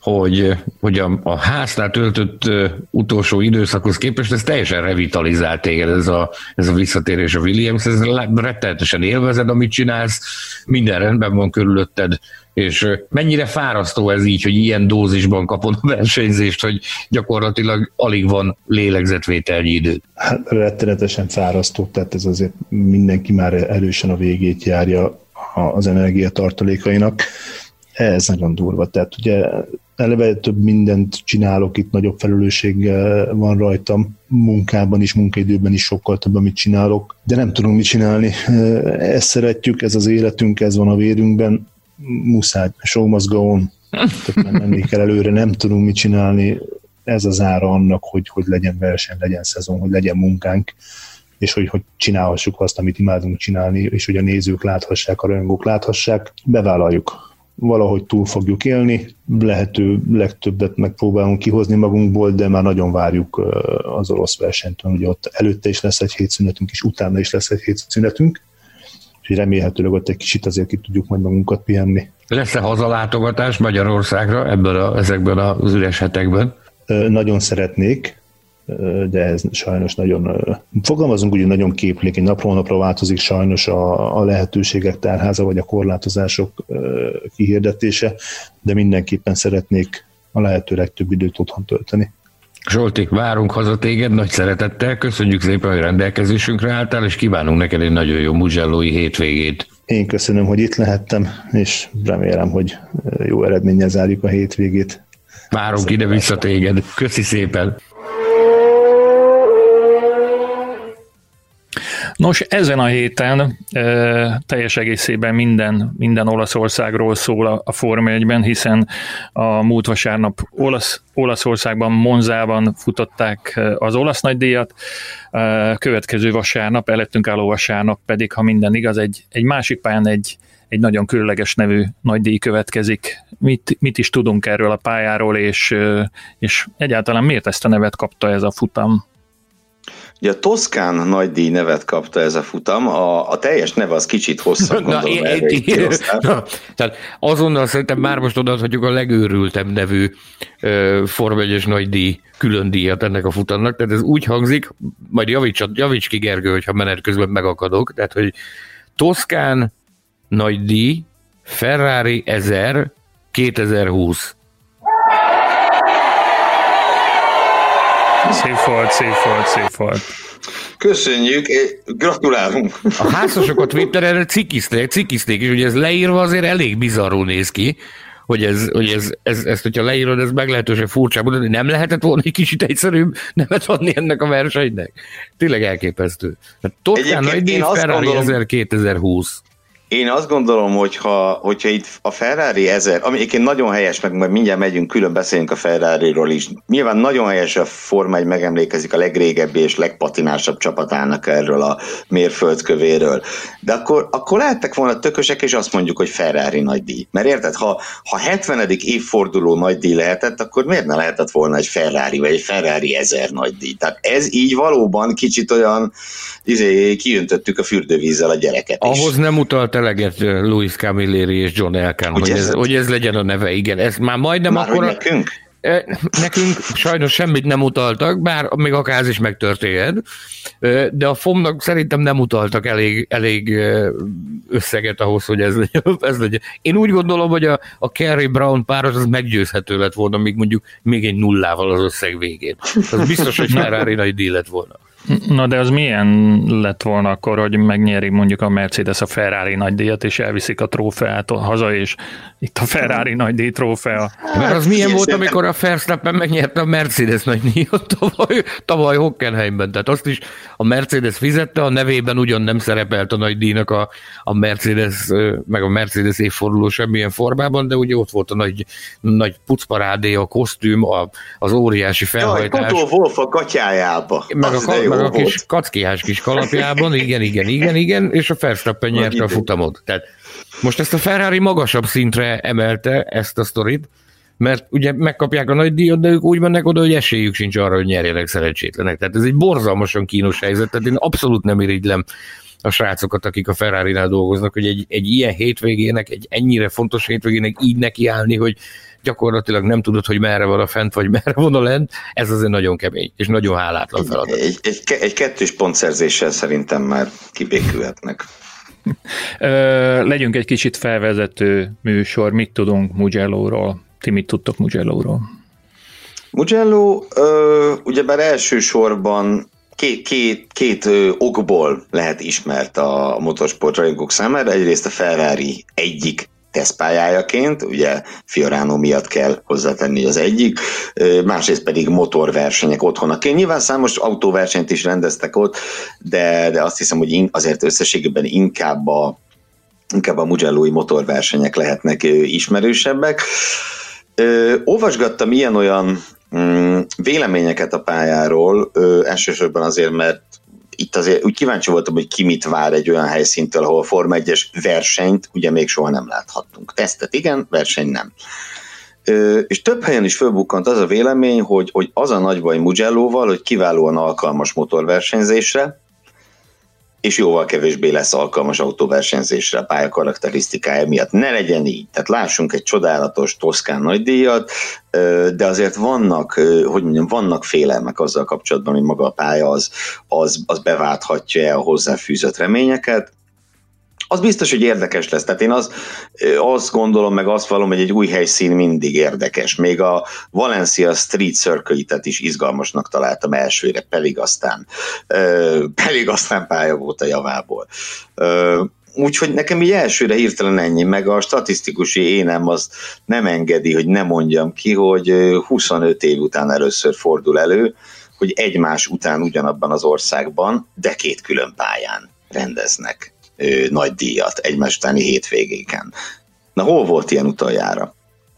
hogy a háznál töltött utolsó időszakhoz képest ez teljesen revitalizált téged, ez a visszatérés a Williams, ez rettenetesen élvezed, amit csinálsz, minden rendben van körülötted, és mennyire fárasztó ez így, hogy ilyen dózisban kapod a versenyzést, hogy gyakorlatilag alig van lélegzetvételnyi idő. Hát rettenetesen fárasztó, tehát ez azért mindenki már erősen a végét járja az energiatartalékainak. Ez nagyon durva, tehát ugye eleve több mindent csinálok, itt nagyobb felelősség van rajtam, munkában is, munkaidőben is sokkal több, amit csinálok, de nem tudunk mit csinálni. Ezt szeretjük, ez az életünk, ez van a vérünkben, muszáj, show must go on, tehát menni kell előre, nem tudunk mit csinálni, ez az ára annak, hogy legyen verseny, legyen szezon, hogy legyen munkánk, és hogy csinálhassuk azt, amit imádunk csinálni, és hogy a nézők láthassák, a rajongók láthassák, bevállaljuk. Valahogy túl fogjuk élni, lehető legtöbbet megpróbálunk kihozni magunkból, de már nagyon várjuk az orosz versenytől, ugye ott előtte is lesz egy hétszünetünk, és utána is lesz egy hétszünetünk, és remélhetőleg ott egy kicsit azért ki tudjuk majd magunkat pihenni. Lesz-e hazalátogatás Magyarországra ezekben az üres hetekben? Nagyon szeretnék, de ez sajnos nagyon, fogalmazunk úgy, nagyon képlékeny, napról napra változik sajnos a lehetőségek tárháza, vagy a korlátozások kihirdetése, de mindenképpen szeretnék a lehető legtöbb időt otthon tölteni. Zsolti, várunk haza téged nagy szeretettel, köszönjük szépen, hogy rendelkezésünkre álltál, és kívánunk neked egy nagyon jó Mugello-i hétvégét. Én köszönöm, hogy itt lehettem, és remélem, hogy jó eredménnyel zárjuk a hétvégét. Várunk ide-vissza téged. Köszi szépen! Nos, ezen a héten teljes egészében minden Olaszországról szól a Forma 1-ben, hiszen a múlt vasárnap Olaszországban, Monzában futották az olasz nagydíjat, következő vasárnap, előttünk álló vasárnap pedig, ha minden igaz, egy másik pályán egy nagyon különleges nevű nagydíj következik. Mit is tudunk erről a pályáról, és egyáltalán miért ezt a nevet kapta ez a futam? Ugye a Toszkán nagydíj nevet kapta ez a futam, a teljes neve az kicsit hosszabb, gondolom. Tehát azonnal szerintem már most odaadhatjuk a legőrültebb nevű Forma 1-es nagydíj külön díjat ennek a futamnak, tehát ez úgy hangzik, majd javíts ki Gergő, hogyha menet közben megakadok, tehát hogy Toszkán nagydíj Ferrari 1000 2020. Szép volt. Köszönjük, gratulálunk. A házasok a Twitteren cikizték, és ugye ez leírva azért elég bizarrul néz ki, hogy ezt, hogyha leírod, ez meglehetősen furcsa, de nem lehetett volna egy kicsit egyszerűbb nevet adni ennek a versenynek? Tényleg elképesztő. Toszkán nagydíj Ferrari 1000 2020. Én azt gondolom, hogyha itt a Ferrari 1000, ami egyébként nagyon helyes, meg majd mindjárt megyünk, külön beszélünk a Ferrariról is. Nyilván nagyon helyes, a Forma 1 megemlékezik a legrégebbi és legpatinásabb csapatának erről a mérföldkövéről. De akkor lehettek volna tökösek, és azt mondjuk, hogy Ferrari nagydíj. Mert érted, ha 70. évforduló nagydíj lehetett, akkor miért ne lehetett volna egy Ferrari, vagy egy Ferrari 1000 nagydíj? Tehát ez így valóban kicsit olyan, kiöntöttük a fürdővízzel a gyereket is. Ahhoz nem utalt eleget Louis Camilleri és John Elkann, hogy ez legyen a neve, igen. Ez már majdnem már akkor... Nekünk sajnos semmit nem utaltak, bár még akár ez is megtörténhet, de a FOM-nak szerintem nem utaltak elég összeget ahhoz, hogy ez legyen. Én úgy gondolom, hogy a Kerry Brown páros az meggyőzhető lett volna, még egy nullával az összeg végén. Az biztos, hogy Ferrari nagy díj lett volna. Na de az milyen lett volna akkor, hogy megnyeri mondjuk a Mercedes a Ferrari nagydíjat, és elviszik a trófeát haza, és itt a Ferrari nagydíj trófea. Mert az milyen volt, amikor a Verstappen megnyerte a Mercedes nagydíjat tavaly Hockenheimben. Tehát azt is a Mercedes fizette, a nevében ugyan nem szerepelt a nagydíjnak a Mercedes, meg a Mercedes évforduló semmilyen formában, de ugye ott volt a nagy pucparádé, a kosztüm, az óriási felhajtás. Totó Wolff a gatyájába. Meg a kis kackihás kis kalapjában, igen, és a Verstappen nyerte a futamot. Tehát most ezt a Ferrari magasabb szintre emelte ezt a sztorit, mert ugye megkapják a nagy díjat, de ők úgy mennek oda, hogy esélyük sincs arra, hogy nyerjenek szerencsétlenek. Tehát ez egy borzalmasan kínos helyzet, tehát én abszolút nem irigylem a srácokat, akik a Ferrarinál dolgoznak, hogy egy ilyen hétvégének, egy ennyire fontos hétvégének így nekiállni, hogy gyakorlatilag nem tudod, hogy merre van a fent, vagy merre van a lent, ez azért nagyon kemény, és nagyon hálátlan feladat. Egy kettős pontszerzéssel szerintem már kibékülhetnek. Legyünk egy kicsit felvezető műsor, mit tudunk Mugello-ról? Ti mit tudtok Mugello-ról? Mugello ugyebár elsősorban két okból lehet ismert a motorsport rajongók számára. Egyrészt a Ferrari egyik tesztpályájaként, ugye Fiorano miatt kell hozzátenni az egyik, másrészt pedig motorversenyek otthonaként. Nyilván számos autóversenyt is rendeztek ott, de azt hiszem, hogy azért összességében inkább a Mugello-i motorversenyek lehetnek ismerősebbek. Olvasgattam ilyen-olyan véleményeket a pályáról, elsősorban azért, mert itt azért úgy kíváncsi voltam, hogy ki mit vár egy olyan helyszíntől, ahol a Forma 1-es versenyt ugye még soha nem láthattunk. Tesztet igen, verseny nem. És több helyen is fölbukkant az a vélemény, hogy az a nagy baj Mugello-val, hogy kiválóan alkalmas motorversenyzésre, és jóval kevésbé lesz alkalmas autóversenyzésre a pálya karakterisztikája miatt. Ne legyen így. Tehát lássunk egy csodálatos Toszkán nagydíjat, de azért vannak félelmek azzal kapcsolatban, hogy maga a pálya az beválthatja a hozzáfűzött reményeket. az biztos, hogy érdekes lesz. Tehát én azt gondolom, meg azt vallom, hogy egy új helyszín mindig érdekes. Még a Valencia Street Circuit-et is izgalmasnak találtam elsőre, pedig aztán pálya volt a javából. Úgyhogy nekem így elsőre hirtelen ennyi, meg a statisztikusi énem az nem engedi, hogy ne mondjam ki, hogy 25 év után először fordul elő, hogy egymás után ugyanabban az országban, de két külön pályán rendeznek nagy díjat egymás utáni hétvégéken. Na, hol volt ilyen utoljára?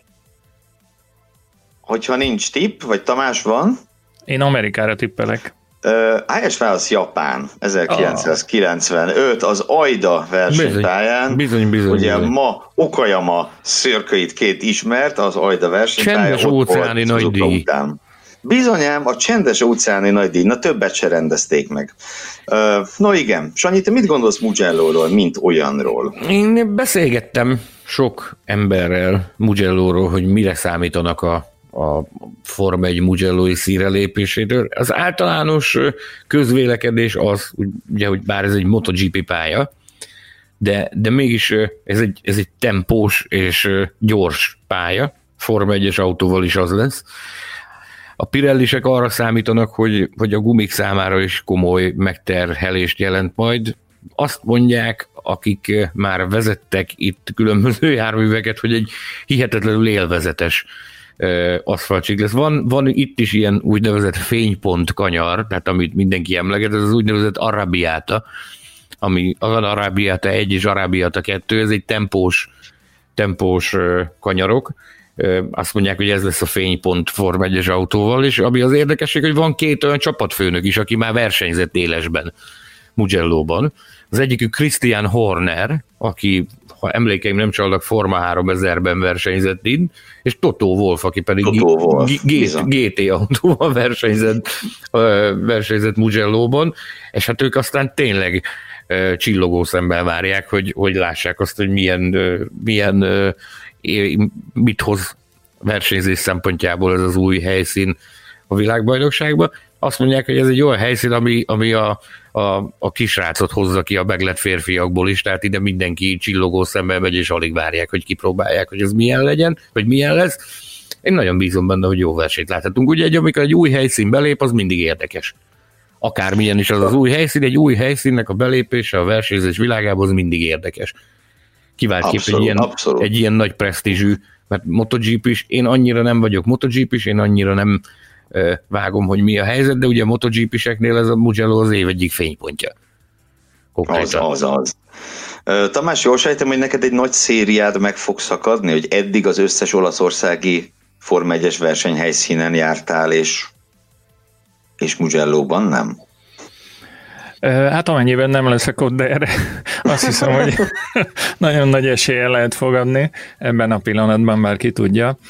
Hogyha nincs tipp, vagy Tamás van? Én Amerikára tippelek. Helyes válasz Japán, 1995, az Aida versenypályán. Bizony. Ugye ma Okayama Circuit két ismert, az Aida versenypályán. Csendes óceáni nagy díj. Bizonyám, a csendes óceáni nagy díj, na többet se rendezték meg. No igen, Sanyi, te mit gondolsz Mugello-ról, mint olyanról? Én beszélgettem sok emberrel Mugello-ról, hogy mire számítanak a Forma 1 Mugello-i színre lépésétől. Az általános közvélekedés az, ugye, hogy bár ez egy MotoGP pálya, de mégis ez egy tempós és gyors pálya, Forma 1-es autóval is az lesz. A Pirellisek arra számítanak, hogy a gumik számára is komoly megterhelést jelent majd. Azt mondják, akik már vezettek itt különböző járműveket, hogy egy hihetetlenül élvezetes aszfaltcsík lesz. Van itt is ilyen úgynevezett fénypont kanyar, tehát amit mindenki emleget, ez az úgynevezett Arrabiata, ami az Arrabiata 1 és Arrabiata 2, ez egy tempós kanyarok. Azt mondják, hogy ez lesz a fénypont Forma 1-es autóval, és ami az érdekesség, hogy van két olyan csapatfőnök is, aki már versenyzett élesben Mugello-ban. Az egyikük Christian Horner, aki, ha emlékeim nem csalnak, Forma 3000-ben versenyzett itt, és Toto Wolff, aki pedig GT autóval versenyzett Mugello-ban, és hát ők aztán tényleg csillogó szemmel várják, hogy lássák azt, hogy mit hoz versenyzés szempontjából ez az új helyszín a világbajnokságban. Azt mondják, hogy ez egy olyan helyszín, ami a kisrácot hozza ki a meglett férfiakból is, tehát ide mindenki csillogó szemmel megy, és alig várják, hogy kipróbálják, hogy ez milyen legyen, vagy milyen lesz. Én nagyon bízom benne, hogy jó versenyt láthatunk. Ugye, amikor egy új helyszín belép, az mindig érdekes. Akármilyen is az új helyszín, egy új helyszínnek a belépése a versenyzés világában az mindig érdekes. Kiváltképp egy ilyen nagy presztízsű, mert MotoGP is, én annyira nem vagyok MotoGP is, én annyira nem vágom, hogy mi a helyzet, de ugye a MotoGP-seknél ez a Mugello az év egyik fénypontja. Az. Tamás, jól sejtem, hogy neked egy nagy szériád meg fog szakadni, hogy eddig az összes olaszországi Forma 1-es versenyhelyszínen jártál, és Mugello-ban nem? Hát amennyiben nem leszek ott, de erre azt hiszem, hogy nagyon nagy eséllyel lehet fogadni ebben a pillanatban, bár ki tudja.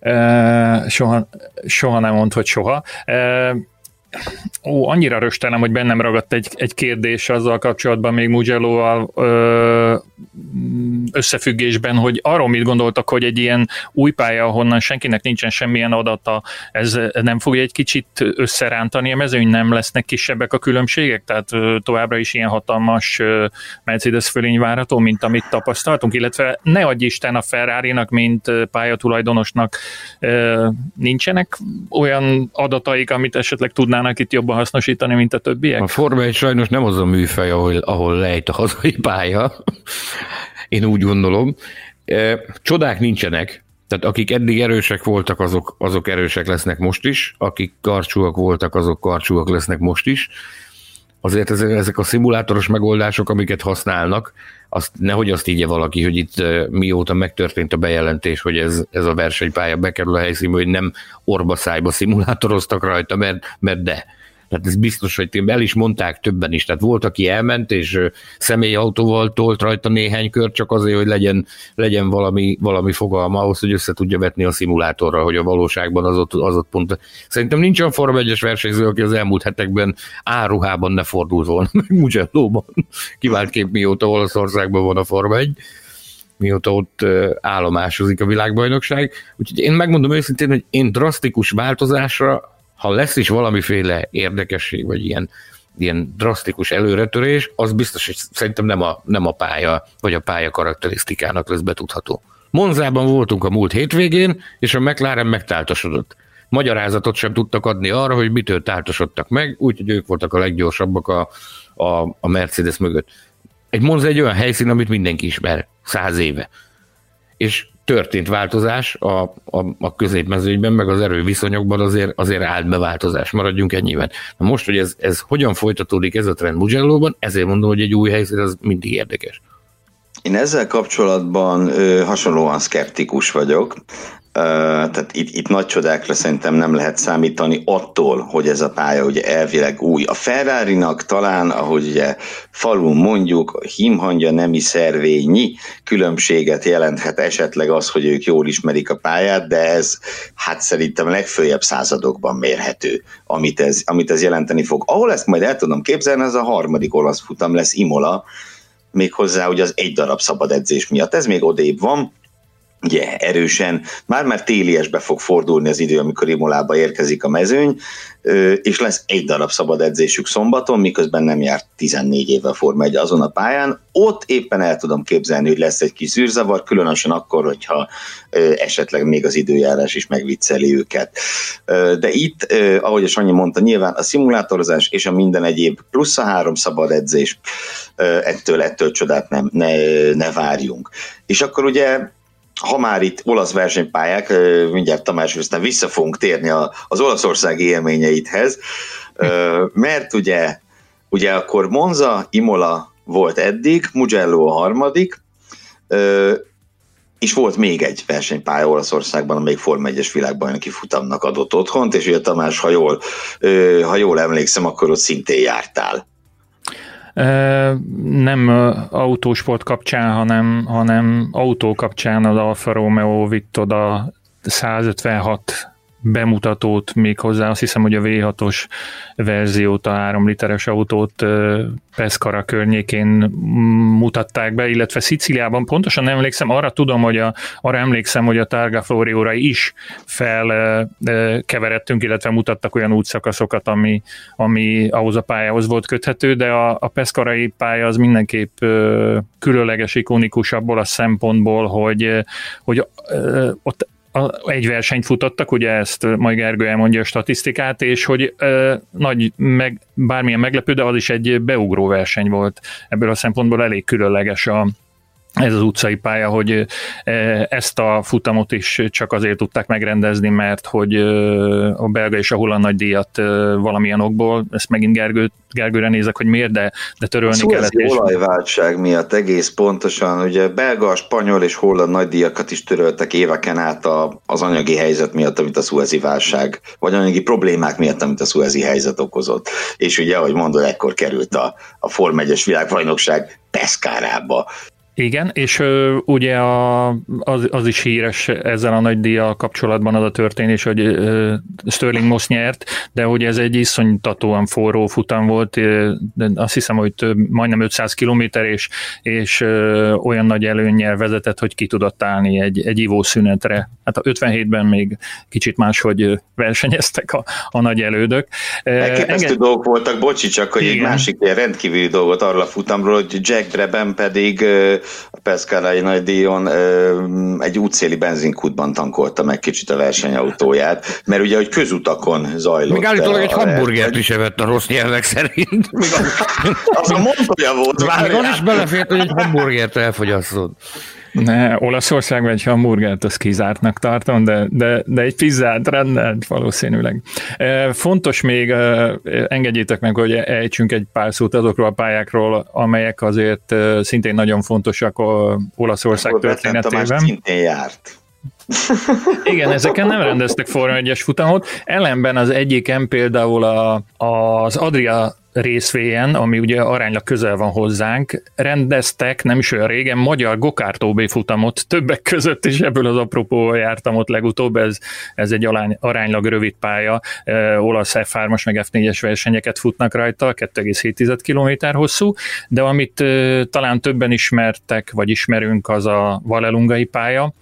Soha nem mond, hogy soha. Annyira röstelem, hogy bennem ragadt egy kérdés azzal kapcsolatban még Mugello-val összefüggésben, hogy arról mit gondoltak, hogy egy ilyen új pálya, ahonnan senkinek nincsen semmilyen adata, ez nem fogja egy kicsit összerántani a mezőny, nem lesznek kisebbek a különbségek? Tehát továbbra is ilyen hatalmas Mercedes fölény várható, mint amit tapasztaltunk, illetve ne adj Isten a Ferrari-nak, mint pályatulajdonosnak nincsenek olyan adataik, amit esetleg tudnának itt jobban hasznosítani, mint a többiek? A Forma 1 sajnos nem az a műfaj, ahol lejt a hazai pálya. Én úgy gondolom. Csodák nincsenek, tehát akik eddig erősek voltak, azok erősek lesznek most is, akik karcsúak voltak, azok karcsúak lesznek most is. Azért ezek a szimulátoros megoldások, amiket használnak, nehogy azt ígye valaki, hogy itt mióta megtörtént a bejelentés, hogy ez a versenypálya bekerül a helyszínbe, hogy nem orba-szájba szimulátoroztak rajta, mert de. Tehát ez biztos, hogy el is mondták többen is. Tehát volt, aki elment, és személyautóval tolt rajta néhány kört, csak azért, hogy legyen valami fogalma ahhoz, hogy össze tudja vetni a szimulátorra, hogy a valóságban az ott pont. Szerintem nincs olyan Forma 1-es versenyző, aki az elmúlt hetekben áruhában ne fordult volna meg Mugello-ban. Kiváltképp mióta Olaszországban van a Forma 1, mióta ott állomásozik a világbajnokság. Úgyhogy én megmondom őszintén, hogy én drasztikus változásra, ha lesz is valamiféle érdekesség, vagy ilyen ilyen drasztikus előretörés, az biztos, hogy szerintem nem a pálya, vagy a pálya karakterisztikának lesz betudható. Monzában voltunk a múlt hétvégén, és a McLaren megtáltosodott. Magyarázatot sem tudtak adni arra, hogy mitől táltosodtak meg, úgyhogy ők voltak a leggyorsabbak a Mercedes mögött. Egy Monza egy olyan helyszín, amit mindenki ismer 100 éve. És történt változás a középmezőnyben, meg az erőviszonyokban azért állt be változás, maradjunk ennyiben. Na most, hogy ez hogyan folytatódik ez a trend Mugello-ban, ezért mondom, hogy egy új helyszín az mindig érdekes. Én ezzel kapcsolatban hasonlóan szkeptikus vagyok. Tehát itt nagy csodákra szerintem nem lehet számítani attól, hogy ez a pálya ugye elvileg új. A Ferrarinak talán, ahogy ugye falun mondjuk, hímhangja nemi szervényi különbséget jelenthet esetleg az, hogy ők jól ismerik a pályát, de ez hát szerintem legföljebb századokban mérhető, amit ez jelenteni fog. Ahol ezt majd el tudom képzelni, az a harmadik olasz futam lesz Imola, méghozzá ugye az egy darab szabad edzés miatt. Ez még odébb van, ugye erősen, már téliesbe fog fordulni az idő, amikor Imolába érkezik a mezőny, és lesz egy darab szabad edzésük szombaton, miközben nem járt 14 évvel Forma 1 azon a pályán. Ott éppen el tudom képzelni, hogy lesz egy kis zűrzavar, különösen akkor, hogyha esetleg még az időjárás is megvicceli őket. De itt, ahogy a Sanyi mondta, nyilván a szimulátorozás és a minden egyéb plusz a 3 szabad edzés, ettől csodát ne várjunk. És akkor ugye ha már itt olasz versenypályák, mindjárt Tamás, aztán vissza fogunk térni az olaszországi élményeidhez, mert ugye akkor Monza, Imola volt eddig, Mugello a harmadik, és volt még egy versenypálya Olaszországban, amelyik Forma 1-es világbajnoki futamnak adott otthont, és ugye Tamás, ha jól emlékszem, akkor ott szintén jártál. Nem autósport kapcsán, hanem autó kapcsán az Alfa Romeo vitt oda 156 bemutatót, méghozzá azt hiszem, hogy a V6-os verziót, a 3 literes autót Pescara környékén mutatták be, illetve Szicíliában, pontosan nem emlékszem, arra emlékszem, hogy a Targa Florióra is felkeveredtünk, illetve mutattak olyan útszakaszokat, ami ahhoz a pályához volt köthető, de a Pescarai pálya az mindenképp különleges, ikonikus abból a szempontból, hogy ott egy versenyt futottak, ugye ezt majd Gergő elmondja a statisztikát, és hogy bármilyen meglepő, de az is egy beugró verseny volt. Ebből a szempontból elég különleges ez az utcai pálya, hogy ezt a futamot is csak azért tudták megrendezni, mert hogy a belga és a holland nagydíjat valamilyen okból, ezt megint Gergőre nézek, hogy miért, de törölni kellett. Az olajváltság miatt egész pontosan, ugye belga, spanyol és holland nagydíjakat is töröltek éveken át az anyagi helyzet miatt, amit a szuezi válság, vagy anyagi problémák miatt, amit a szuezi helyzet okozott. És ugye, ahogy mondod, ekkor került a Forma 1-es világbajnokság Pescarába. Igen, és ugye az is híres ezzel a nagy díjjal kapcsolatban az a történés, hogy Stirling Moss nyert, de hogy ez egy iszonytatóan forró futam volt, azt hiszem, hogy majdnem 500 kilométer, és olyan nagy előnnyel vezetett, hogy ki tudott állni egy ivószünetre. Hát a 57-ben még kicsit máshogy versenyeztek a nagy elődök. Elképesztő dolgok voltak, bocsi, csak hogy egy másik ilyen rendkívüli dolgot arról a futamról, hogy Jack Brabham pedig a Pescarai nagydíjon egy útszéli benzinkútban tankolta meg kicsit a versenyautóját, mert ugye, hogy közutakon zajlott. Még állítólag egy hamburgert is evett a rossz nyelvek szerint. Az a mondója volt. Még az is belefért, hogy egy hamburgert elfogyasztod. Ne, Olaszországban egy hamburgert azt kizártnak tartom, de egy pizzát rendelt valószínűleg. Fontos még, engedjétek meg, hogy ejtsünk egy pár szót azokról a pályákról, amelyek azért szintén nagyon fontosak Olaszország történetében. Tamás szintén járt. Igen, ezeken nem rendeztek Forma 1-es futamot, ellenben az egyiken például az Adria részvéjen, ami ugye aránylag közel van hozzánk, rendeztek nem is olyan régen magyar Gokart OB futamot, többek között is ebből az apropóval jártam ott legutóbb, ez egy aránylag rövid pálya, olasz F3-as meg F4-es versenyeket futnak rajta, 2,7 km hosszú, de amit talán többen ismertek, vagy ismerünk, az a Vallelungai pálya,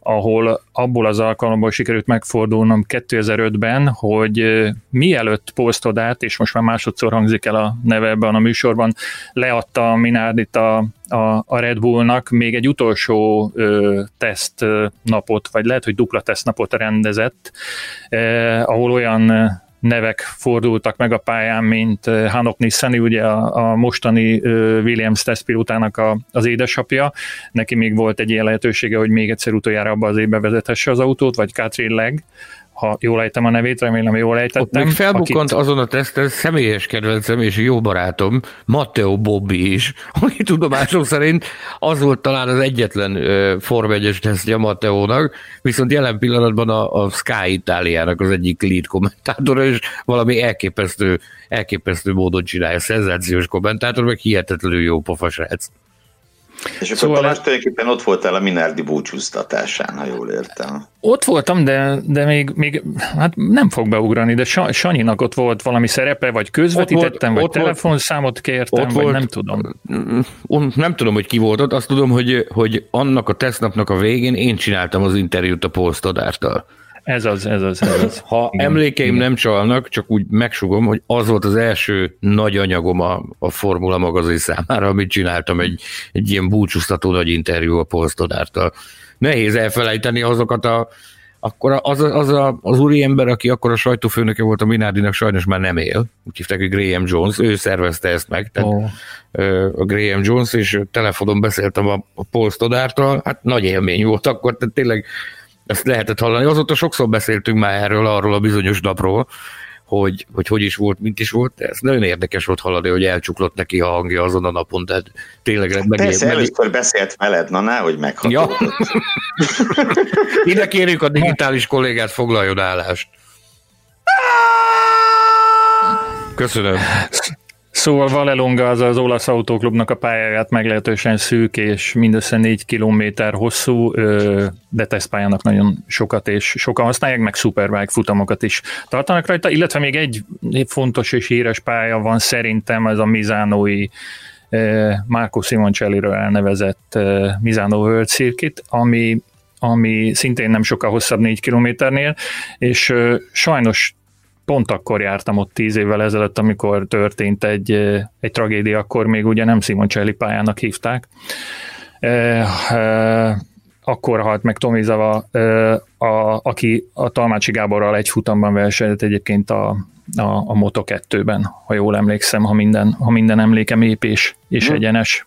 ahol abból az alkalomból sikerült megfordulnom 2005-ben, hogy mielőtt Paul Stoddart, és most már másodszor hangzik el a neve ebben a műsorban, leadta a Minardit a Red Bullnak, még egy utolsó tesztnapot, vagy lehet, hogy dupla tesztnapot rendezett, ahol olyan nevek fordultak meg a pályán, mint Hanok Nissany, ugye a mostani Williams tesztpilótának az édesapja. Neki még volt egy ilyen lehetősége, hogy még egyszer utoljára abba az évbe vezethesse az autót, vagy Catherine Legg, ha jól ejtem a nevét, remélem jól ejtettem. Ott még felbukkant azon a teszten személyes kedvencem és jó barátom, Matteo Bobbi is, aki tudomásom szerint az volt talán az egyetlen Form 1-es tesztje Matteónak, viszont jelen pillanatban a Sky Itáliának az egyik lead kommentátora, és valami elképesztő módon csinálja, szenzációs kommentátor, meg hihetetlenül jó pofasrác. És akkor szóval Tamás, tulajdonképpen ott voltál a Minardi búcsúztatásán, ha jól értem. Ott voltam, de még hát nem fog beugrani, de Sanyinak ott volt valami szerepe, vagy közvetítettem, vagy telefonszámot kértem, vagy nem tudom. Nem tudom, hogy ki volt ott, azt tudom, hogy annak a tesztnapnak a végén én csináltam az interjút a Paul Stoddarttal. Ez az. Ha emlékeim nem csalnak, csak úgy megsugom, hogy az volt az első nagy anyagom a Formula magazin számára, amit csináltam, egy ilyen búcsúztató nagy interjú a Paul Stoddarttal. Nehéz elfelejteni azokat akkor az úriember, aki akkor a sajtófőnöke volt a Minardinak, sajnos már nem él. Úgy hívták, hogy Graham Jones, ő szervezte ezt meg. Tehát a Graham Jones, és telefonon beszéltem a Paul Stoddarttal, hát nagy élmény volt akkor, tehát tényleg ezt lehetett hallani. Azóta sokszor beszéltünk már arról a bizonyos napról, hogy is volt, mint is volt. Ez nagyon érdekes volt hallani, hogy elcsuklott neki a hangja azon a napon. Tehát tényleg persze, először beszélt veled, na nehogy meghatódott. Ja. Ide kérjük a digitális kollégát, foglaljon állást. Köszönöm. Szóval Vallelunga az olasz autóklubnak a pályáját meglehetősen szűk és mindössze 4 kilométer hosszú, de tesztpályának nagyon sokat és sokan használják, meg Superbike futamokat is tartanak rajta, illetve még egy fontos és híres pálya van szerintem, ez a Misánói Marco Simoncelliről elnevezett Misano World Circuit, ami szintén nem sokkal hosszabb 4 kilométernél, és sajnos pont akkor jártam ott 10 évvel ezelőtt, amikor történt egy tragédia, akkor még ugye nem Simoncelli pályának hívták. Akkor halt meg Tomizawa, aki a Talmácsi Gáborral egy futamban versenyzett egyébként a Moto2-ben, ha jól emlékszem, ha minden emlékem épp és egyenes.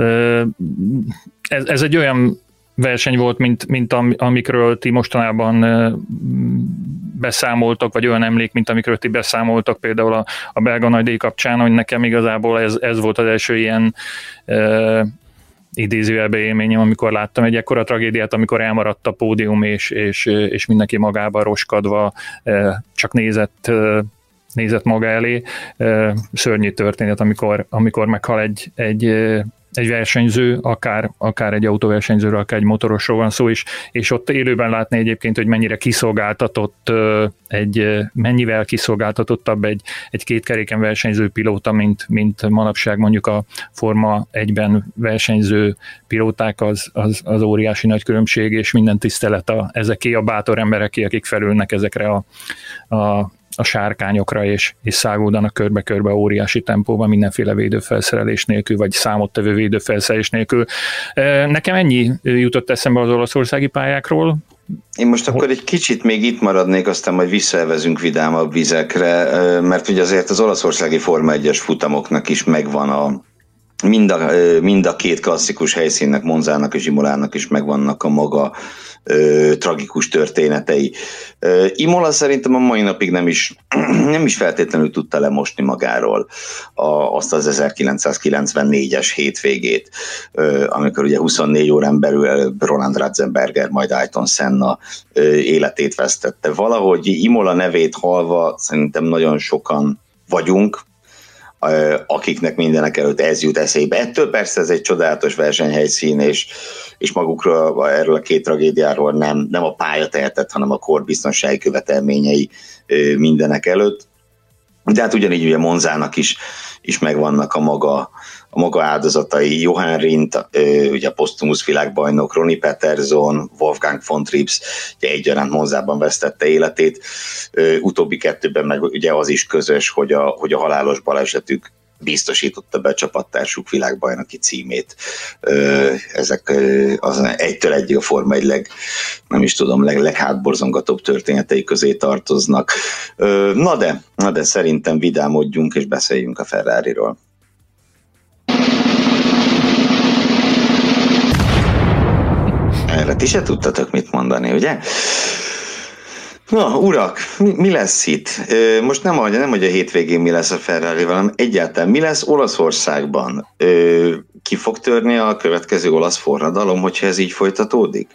Ez egy olyan verseny volt, mint amikről ti mostanában beszámoltak, vagy olyan emlék, mint amikről ti beszámoltak például a belga nagydíj kapcsán, hogy nekem igazából ez volt az első ilyen idézőjelbe élményem, amikor láttam egy ekkora tragédiát, amikor elmaradt a pódium, és mindenki magába roskadva csak nézett maga elé. Szörnyű történet, amikor meghal egy versenyző, akár egy autóversenyzőről, akár egy motorosról van szó is, és ott élőben látni egyébként, hogy mennyire kiszolgáltatott, mennyivel kiszolgáltatottabb egy kétkeréken versenyző pilóta, mint manapság mondjuk a Forma 1-ben versenyző pilóták, az óriási nagy különbség, és minden tisztelet ezeké a bátor embereké, akik felülnek ezekre a sárkányokra, és száguldanak körbe-körbe óriási tempóban, mindenféle védőfelszerelés nélkül, vagy számottevő védőfelszerelés nélkül. Nekem ennyi jutott eszembe az olaszországi pályákról. Én most akkor egy kicsit még itt maradnék, aztán majd visszaelvezünk vidámabb vizekre, mert ugye azért az olaszországi Forma 1-es futamoknak is megvan mind a két klasszikus helyszínnek, Monzának és Imolának is megvannak a maga tragikus történetei. Imola szerintem a mai napig nem is feltétlenül tudta lemosni magáról azt az 1994-es hétvégét, amikor ugye 24 órán belül Roland Ratzenberger, majd Ayrton Senna életét vesztette. Valahogy Imola nevét hallva szerintem nagyon sokan vagyunk, akiknek mindenek előtt ez jut eszébe. Ettől persze ez egy csodálatos versenyhelyszín, és magukról, erről a két tragédiáról nem a pálya tehetett, hanem a korbiztonsági követelményei mindenek előtt. De hát ugyanígy ugye Monzának is is megvannak a maga áldozatai. Johan Rindt, ugye a posztumusz világbajnok, Ronnie Peterson, Wolfgang von Trips, ugye egyaránt Monzában vesztette életét. Utóbbi kettőben meg ugye az is közös, hogy a halálos balesetük biztosította be a csapattársuk világbajnoki címét. Ezek az egytől egyig a Forma 1 leghátborzongatóbb történetei közé tartoznak. Na de szerintem vidámodjunk és beszéljünk a Ferrariról. Erre ti se tudtatok mit mondani, ugye? Na, urak, mi lesz itt? Most nem hogy a hétvégén mi lesz a Ferrarival, hanem egyáltalán mi lesz Olaszországban? Ki fog törni a következő olasz forradalom, hogyha ez így folytatódik?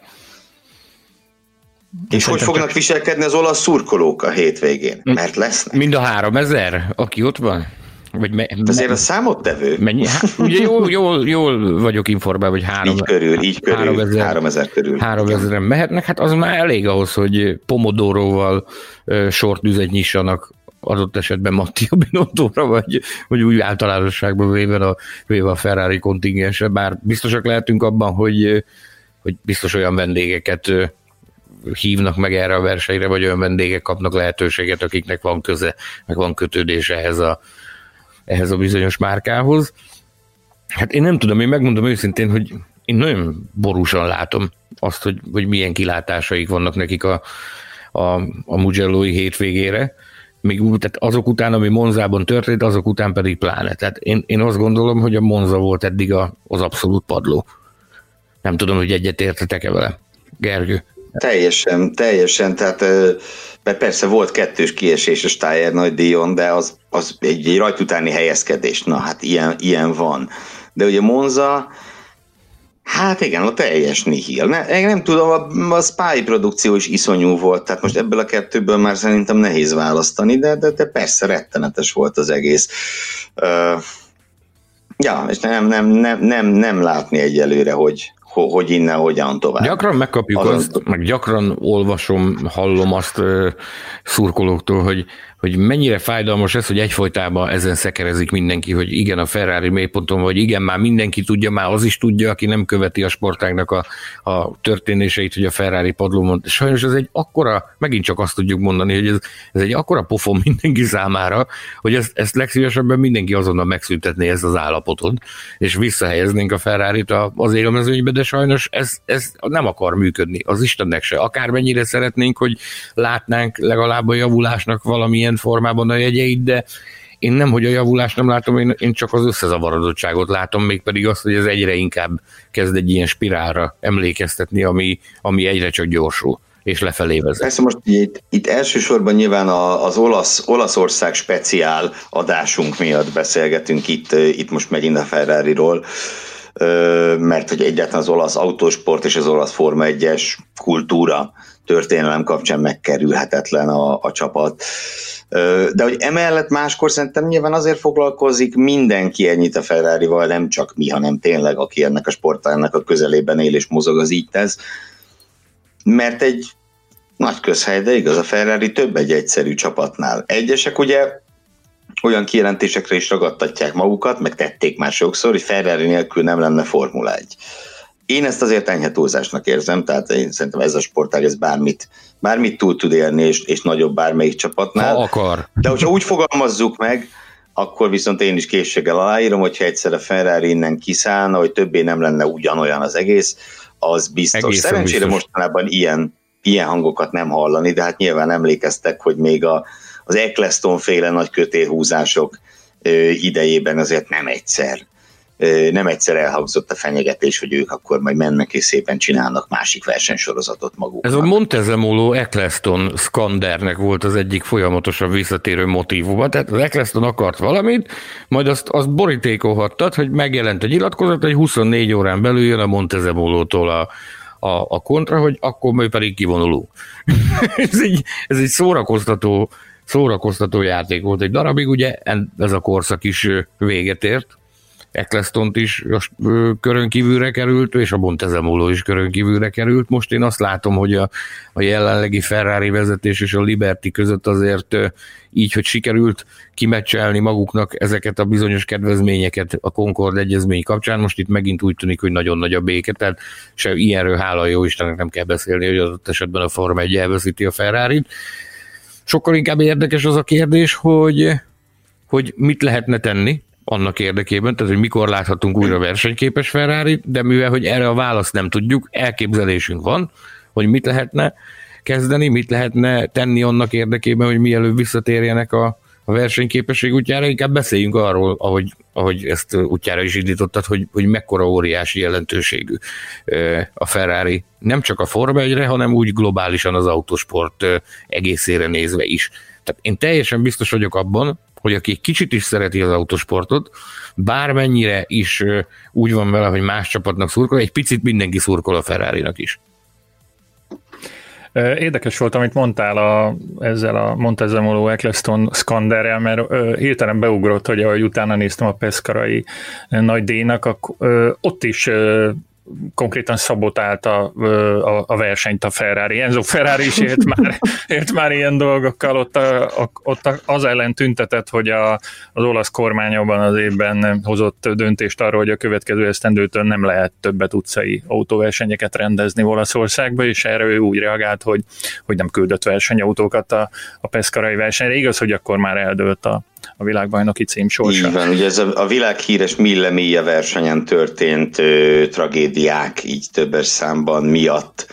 És hogy fognak viselkedni az olasz szurkolók a hétvégén? Mert lesznek. Mind a 3000, aki ott van? Vagy azért a számottevő? Mennyi? Ugye jól vagyok informálva, hogy így körül, 3000 körül. 3000-en mehetnek, hát az már elég ahhoz, hogy Pomodoroval sortüzet nyissanak adott esetben Mattia Binottóra, vagy úgy általánosságban véve a Ferrari kontingensre, bár biztosak lehetünk abban, hogy biztos olyan vendégeket hívnak meg erre a versenyre, vagy olyan vendégek kapnak lehetőséget, akiknek van köze, meg van kötődése ehhez a bizonyos márkához. Hát én nem tudom, én megmondom őszintén, hogy én nagyon borúsan látom azt, hogy milyen kilátásaik vannak nekik a Mugello-i hétvégére, még tehát azok után, ami Monzában történt, azok után pedig pláne. Tehát én azt gondolom, hogy a Monza volt eddig az abszolút padló. Nem tudom, hogy egyet értetek-e vele, Gergő? Teljesen, tehát persze volt kettős kiesés a Steyer nagydíjon, de az egy rajt utáni helyezkedés, na hát ilyen van. De ugye Monza, hát igen, a teljes nihil. Nem tudom, a Spy produkció is iszonyú volt, tehát most ebből a kettőből már szerintem nehéz választani, de persze rettenetes volt az egész. Ja, és nem látni egyelőre, hogy innen hogyan tovább. Gyakran megkapjuk meg gyakran olvasom, hallom azt szurkolóktól, hogy mennyire fájdalmas ez, hogy egyfolytában ezen szekerezik mindenki, hogy igen, a Ferrari mélyponton, vagy igen, már mindenki tudja, már az is tudja, aki nem követi a sportágnak a történéseit, hogy a Ferrari padlón. Sajnos ez egy akkora, megint csak azt tudjuk mondani, hogy ez egy akkora pofon mindenki számára, hogy ezt legszívesebben mindenki azonnal megszüntetné ezt az állapotot, és visszahelyeznénk a Ferrarit az élmezőnybe, de sajnos ez nem akar működni, az Istennek se. Akármennyire szeretnénk, hogy látnánk legalább a javulásnak valamilyen formában a jegyeit, de én nem, hogy a javulást nem látom, én csak az összezavarodottságot látom, mégpedig azt, hogy ez egyre inkább kezd egy ilyen spirálra emlékeztetni, ami egyre csak gyorsul és lefelé vezet. Persze most itt elsősorban nyilván az Olaszország speciál adásunk miatt beszélgetünk itt most megint a Ferrariról, mert hogy egyáltalán az olasz autósport és az olasz Forma 1-es kultúra történelem kapcsán megkerülhetetlen a csapat. De hogy emellett máskor szerintem nyilván azért foglalkozik mindenki ennyit a Ferrarival, nem csak mi, hanem tényleg aki ennek a sportágnak a közelében él és mozog, az így tesz. Mert egy nagy közhely, de igaz, a Ferrari több egy egyszerű csapatnál. Egyesek ugye olyan kijelentésekre is ragadtatják magukat, meg tették már sokszor, hogy Ferrari nélkül nem lenne Formula 1. Én ezt azért enyhe túlzásnak érzem, tehát én szerintem ez a sportág ez bármit túl tud élni, és nagyobb bármelyik csapatnál. Ha akar. De hogyha úgy fogalmazzuk meg, akkor viszont én is készséggel aláírom, hogyha egyszer a Ferrari innen kiszállna, hogy többé nem lenne ugyanolyan az egész, az biztos. Egészen szerencsére biztos. Mostanában ilyen hangokat nem hallani, de hát nyilván emlékeztek, hogy még az Eccleston féle nagy kötélhúzások idejében azért nem egyszer elhangzott a fenyegetés, hogy ők akkor majd mennek és szépen csinálnak másik versenysorozatot maguknak. Ez a Montezemolo Eccleston Skandernek volt az egyik folyamatosan visszatérő motívuma, tehát az Eccleston akart valamit, majd azt borítékolhattad, hogy megjelent egy nyilatkozat, hogy 24 órán belül jön a Montezemolótól a kontra, hogy akkor majd pedig kivonulunk. ez egy szórakoztató játék volt egy darabig, ugye ez a korszak is véget ért, Ecclestont is körön kívülre került, és a Montezemolo is körön kívülre került. Most én azt látom, hogy a jelenlegi Ferrari vezetés és a Liberty között azért így, hogy sikerült kimeccselni maguknak ezeket a bizonyos kedvezményeket a Concord egyezmény kapcsán, most itt megint úgy tűnik, hogy nagyon nagy a béke, tehát se ilyenről hála jó Istennek nem kell beszélni, hogy adott esetben a Forma 1 elveszíti a Ferrarit. Sokkal inkább érdekes az a kérdés, hogy mit lehetne tenni annak érdekében, tehát hogy mikor láthatunk újra versenyképes Ferrarit, de mivel, hogy erre a választ nem tudjuk, elképzelésünk van, hogy mit lehetne kezdeni, mit lehetne tenni annak érdekében, hogy mielőbb visszatérjenek a versenyképesség útjára, inkább beszéljünk arról, ahogy ezt útjára is indítottad, hogy mekkora óriási jelentőségű a Ferrari, nem csak a Forma 1-re, hanem úgy globálisan az autósport egészére nézve is. Tehát én teljesen biztos vagyok abban, hogy aki kicsit is szereti az autósportot, bármennyire is úgy van vele, hogy más csapatnak szurkol, egy picit mindenki szurkol a Ferrarinak is. Érdekes volt, amit mondtál ezzel a Montezemolo Eccleston szkanderrel, mert hirtelen beugrott, hogy ahogy utána néztem a Pescarai nagy díjnak, ott is konkrétan szabotálta a versenyt a Ferrari. Enzo Ferrari is ért már ilyen dolgokkal, ott az ellen tüntetett, hogy az olasz kormány abban az évben hozott döntést arról, hogy a következő esztendőtől nem lehet többet utcai autóversenyeket rendezni Olaszországba, és erre ő úgy reagált, hogy nem küldött versenyautókat a Pescarai versenyre. Igaz, hogy akkor már eldőlt a világbajnoki cím sorsa. Így van, ugye ez a világhíres Mille Miglia versenyen történt tragédiák, így többes számban miatt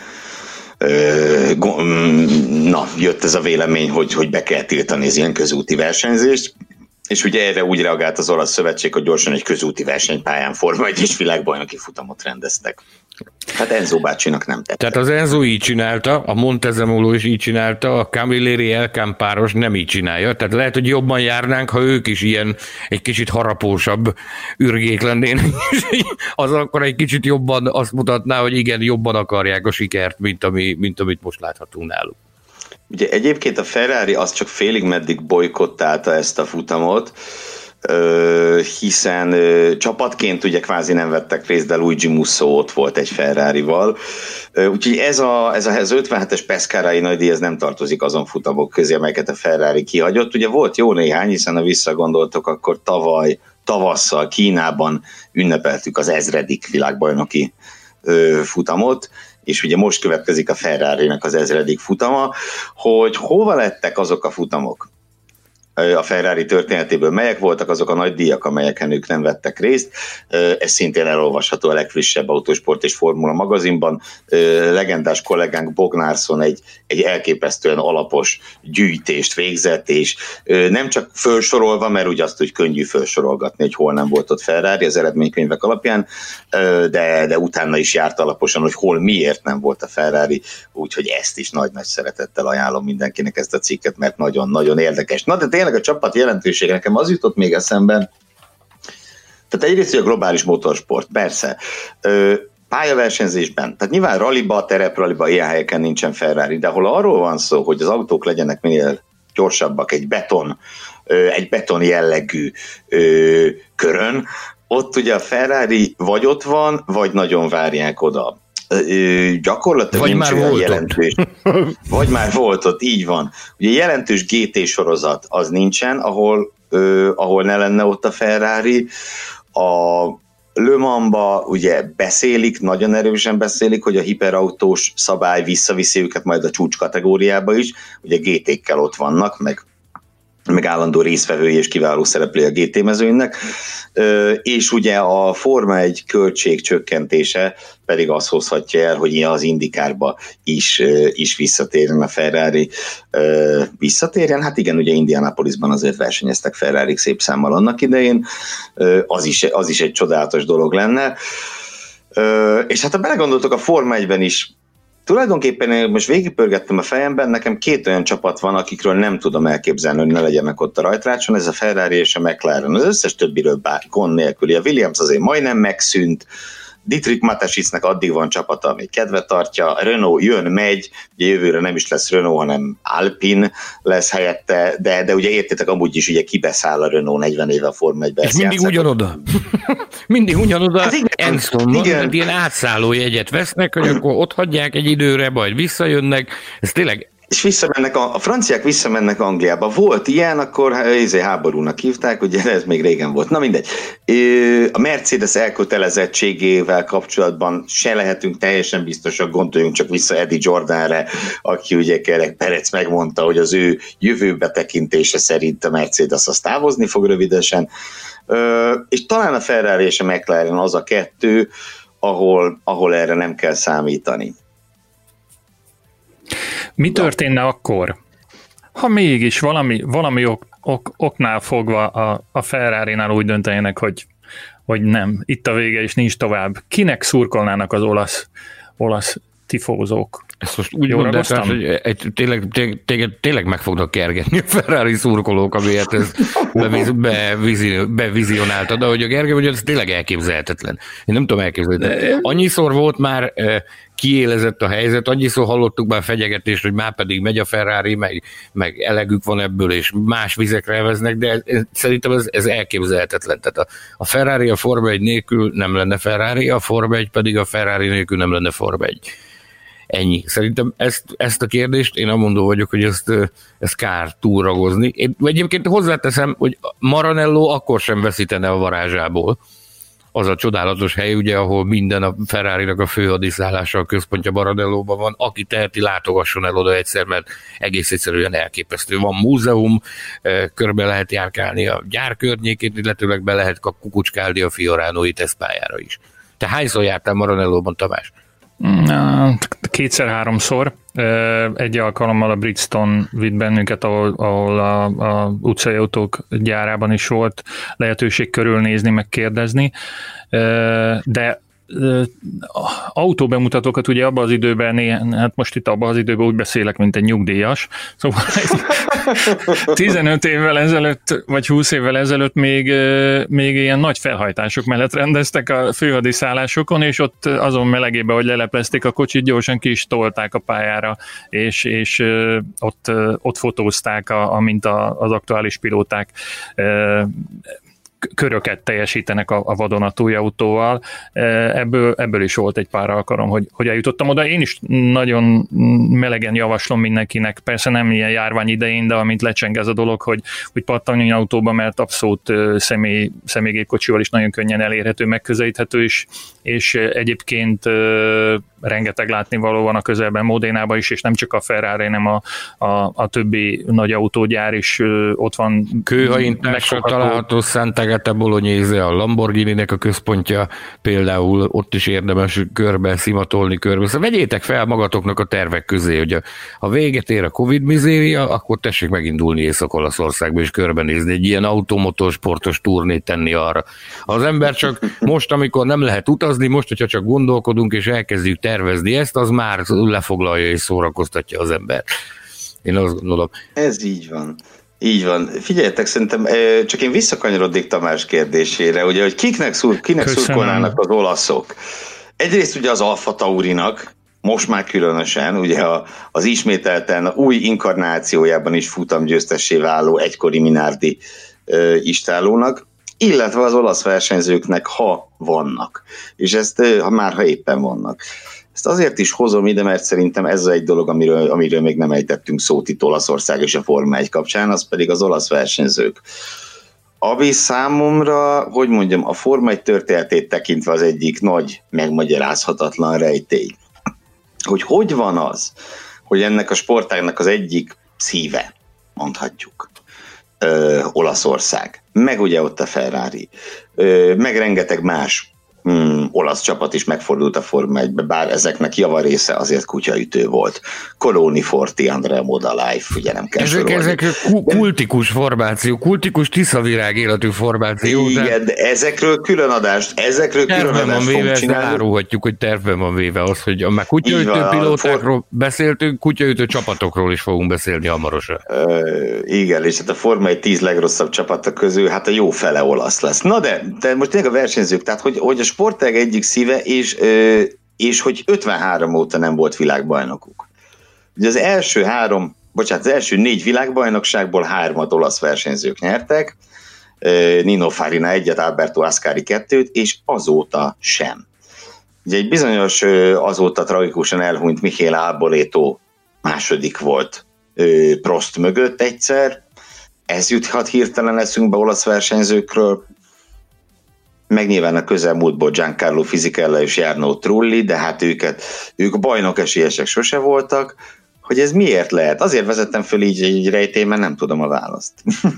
jött ez a vélemény, hogy be kell tiltani az ilyen közúti versenyzést, és ugye erre úgy reagált az olasz szövetség, hogy gyorsan egy közúti versenypályán Forma 1 és világbajnoki futamot rendeztek. Hát Enzo bácsinak nem tett. Tehát az Enzo így csinálta, a Montezemolo is így csinálta, a Camilleri Elkann páros nem így csinálja. Tehát lehet, hogy jobban járnánk, ha ők is ilyen egy kicsit harapósabb ürgék lennének. Az akkor egy kicsit jobban azt mutatná, hogy igen, jobban akarják a sikert, mint amit most láthatunk náluk. Ugye egyébként a Ferrari az csak félig meddig bojkottálta ezt a futamot, hiszen csapatként ugye kvázi nem vettek részt, de Luigi Musso ott volt egy Ferrarival. Úgyhogy ez az 57-es Pescarai nagydíj, ez nem tartozik azon futamok közé, amelyeket a Ferrari kihagyott. Ugye volt jó néhány, hiszen ha visszagondoltok, akkor tavasszal Kínában ünnepeltük az 1000. világbajnoki futamot, és ugye most következik a Ferrari-nek az 1000. futama, hogy hova lettek azok a futamok a Ferrari történetéből, melyek voltak azok a nagy díjak, amelyeken ők nem vettek részt. Ez szintén elolvasható a legfrissebb Autósport és Formula magazinban. Legendás kollégánk Bognárson egy elképesztően alapos gyűjtést végzett, és nem csak felsorolva, mert úgy azt úgy könnyű felsorolgatni, hogy hol nem volt ott Ferrari az eredménykönyvek alapján, de utána is járt alaposan, hogy hol miért nem volt a Ferrari, úgyhogy ezt is nagy-nagy szeretettel ajánlom mindenkinek ezt a cikket, mert nagyon-nagyon érdekes. Na, de tényleg a csapat jelentősége, nekem az jutott még eszembe, tehát egyrészt, hogy a globális motorsport, persze, pályaversenyzésben, tehát nyilván ralliba, terepralliba ilyen helyeken nincsen Ferrari, de ahol arról van szó, hogy az autók legyenek minél gyorsabbak egy beton jellegű körön, ott ugye a Ferrari vagy ott van, vagy nagyon várják oda. Gyakorlatilag vagy nincs olyan jelentős. Vagy már volt ott, így van. Ugye jelentős GT sorozat az nincsen, ahol ne lenne ott a Ferrari. A Le Mans-ba ugye beszélik, nagyon erősen beszélik, hogy a hiperautós szabály visszaviszi őket majd a csúcs kategóriába is. Ugye GT-kkel ott vannak, meg állandó résztvevői és kiváló szereplője a GT mezőnynek, és ugye a Forma 1 költségcsökkentése pedig azt hozhatja el, hogy az IndyCarba is visszatérjen a Ferrari. Visszatérjen? Hát igen, ugye Indianapolisban azért versenyeztek Ferrarik szép számmal annak idején, az is egy csodálatos dolog lenne. És hát ha belegondoltok, a Forma 1-ben is tulajdonképpen én most végigpörgettem a fejemben, nekem 2 olyan csapat van, akikről nem tudom elképzelni, hogy ne legyenek ott a rajtrácson, ez a Ferrari és a McLaren. Az összes többiről gond nélküli. A Williams azért majdnem megszűnt, Dietrich Matesicnek addig van csapata, ami kedve tartja, Renault jön, megy, ugye jövőre nem is lesz Renault, hanem Alpine lesz helyette, de ugye értétek, amúgy is ugye kibeszáll a Renault 40 éve a Forma 1-be. És mindig ugyanoda. Mindig ugyanoda. Enstonban ilyen átszálló jegyet vesznek, hogy akkor ott hagyják egy időre, majd visszajönnek. Ez tényleg... És visszamennek, a franciák visszamennek Angliába. Volt ilyen, akkor háborúnak hívták, ugye ez még régen volt. Na mindegy. A Mercedes elkötelezettségével kapcsolatban se lehetünk teljesen biztosak, gondoljunk csak vissza Eddie Jordanre, aki ugye Perez megmondta, hogy az ő jövőbe tekintése szerint a Mercedes az távozni fog rövidesen. És talán a Ferrari és a McLaren az a kettő, ahol erre nem kell számítani. Mi történne akkor, ha mégis valami oknál fogva a Ferrari-nál úgy döntenének, hogy nem, itt a vége és nincs tovább. Kinek szurkolnának az olasz tifózók? Ezt most úgy mondtad, hogy tényleg meg fognak kergetni a Ferrari szurkolók, amiért ezt bevizionáltad, de hogy a Gergely, hogy ez tényleg elképzelhetetlen. Én nem tudom elképzelni. Annyiszor volt már kiélezett a helyzet, annyiszor hallottuk már fenyegetést, hogy már pedig megy a Ferrari, meg elegük van ebből, és más vizekre elveznek, de szerintem ez elképzelhetetlen. Tehát a Ferrari a Forma 1 nélkül nem lenne Ferrari, a Forma 1 pedig a Ferrari nélkül nem lenne Forma 1. Ennyi. Szerintem ezt a kérdést én amondó vagyok, hogy ezt kár túlragozni. Én egyébként hozzáteszem, hogy Maranello akkor sem veszítene a varázsából. Az a csodálatos hely, ugye, ahol minden a Ferrari-nak a főhadiszállása, a központja Maranellóban van. Aki teheti, látogasson el oda egyszer, mert egész egyszerűen elképesztő. Van múzeum, körbe lehet járkálni a gyár környékét, illetőleg be lehet kukucskálni a Fiorano-i tesztpályára is. Te hányszor jártál Maranellóban, Tamás? 2-3-szor. Egy alkalommal a Bridgestone vitt bennünket, ahol a utcai autók gyárában is volt lehetőség körülnézni, meg kérdezni, de autóbemutatókat ugye abban az időben, hát most itt abban az időben úgy beszélek, mint egy nyugdíjas, szóval 15 évvel ezelőtt, vagy 20 évvel ezelőtt még ilyen nagy felhajtások mellett rendeztek a főhadiszállásokon, és ott azon melegében, hogy leleplezték a kocsit, gyorsan ki is tolták a pályára, és ott fotózták, amint az aktuális pilóták köröket teljesítenek a vadonatúj autóval. Ebből is volt egy pár alkalom, hogy eljutottam oda. Én is nagyon melegen javaslom mindenkinek, persze nem ilyen járvány idején, de amint lecseng ez a dolog, hogy pattanjon autóba, mert abszolút személygépkocsival is nagyon könnyen elérhető, megközelíthető is, és egyébként rengeteg látnivaló van a közelben, Modénában is, és nem csak a Ferrari, hanem a többi nagy autógyár is ott van. Kőhaintásra található Sant'Agata Bolognese, a Lamborghini-nek a központja, például ott is érdemes körbe szimatolni körbe. Szóval vegyétek fel magatoknak a tervek közé, hogy ha véget ér a Covid mizéria, akkor tessék megindulni Észak-Olaszországba és körbenézni, egy ilyen automotorsportos turnét tenni arra. Az ember csak most, amikor nem lehet utazni, most, hogyha csak gondolkodunk és elkezdjük tervezni ezt, az már lefoglalja és szórakoztatja az ember. Én azt gondolom. Ez így van. Így van. Figyeljetek, szerintem csak én visszakanyarodik Tamás kérdésére, ugye, hogy kinek szurkolnának az olaszok. Egyrészt ugye az Alfa Taurinak, most már különösen, ugye az ismételten új inkarnációjában is futamgyőztessé váló egykori Minardi istálónak, illetve az olasz versenyzőknek, ha vannak. És ezt ha éppen vannak. Ezt azért is hozom ide, mert szerintem ez egy dolog, amiről még nem ejtettünk szót itt Olaszország és a Forma 1 kapcsán, az pedig az olasz versenyzők. Ami számomra, hogy mondjam, a Forma 1 történetét tekintve az egyik nagy, megmagyarázhatatlan rejtély. Hogy van az, hogy ennek a sportágnak az egyik szíve, mondhatjuk, Olaszország, meg ugye ott a Ferrari, meg rengeteg más olasz csapat is megfordult a Forma 1-be, bár ezeknek javarésze azért kutyaütő volt. Coloni Forti, Andrea Moda Life, ugye nem kell sorolni. Ezek kultikus formáció, kultikus tiszavirág életű formáció. Igen, de ezekről külön adást fogunk csinálni. Elárulhatjuk, hogy tervben van véve az, hogy már kutyaütő pilótákról beszéltünk, kutyaütő csapatokról is fogunk beszélni hamarosan. Igen, és hát a Forma 1 10 legrosszabb csapata közül, hát a jó fele olasz lesz. Na de most tényleg a versenyzők, tehát hogy a sportág egyik szíve, és hogy 53 óta nem volt világbajnokuk. Ugye az első 4 világbajnokságból 3-at olasz versenyzők nyertek, Nino Farina 1-et, Alberto Ascari 2-t, és azóta sem. Ugye egy bizonyos azóta tragikusan elhunyt Michele Alboreto második volt Prost mögött egyszer, ez juthat hirtelen eszünkbe olasz versenyzőkről, meg nyilván a közelmúltból Giancarlo Fisichella és Jarno Trulli, de hát ők bajnok esélyesek sose voltak, hogy ez miért lehet? Azért vezettem föl így egy rejtély, mert nem tudom a választ.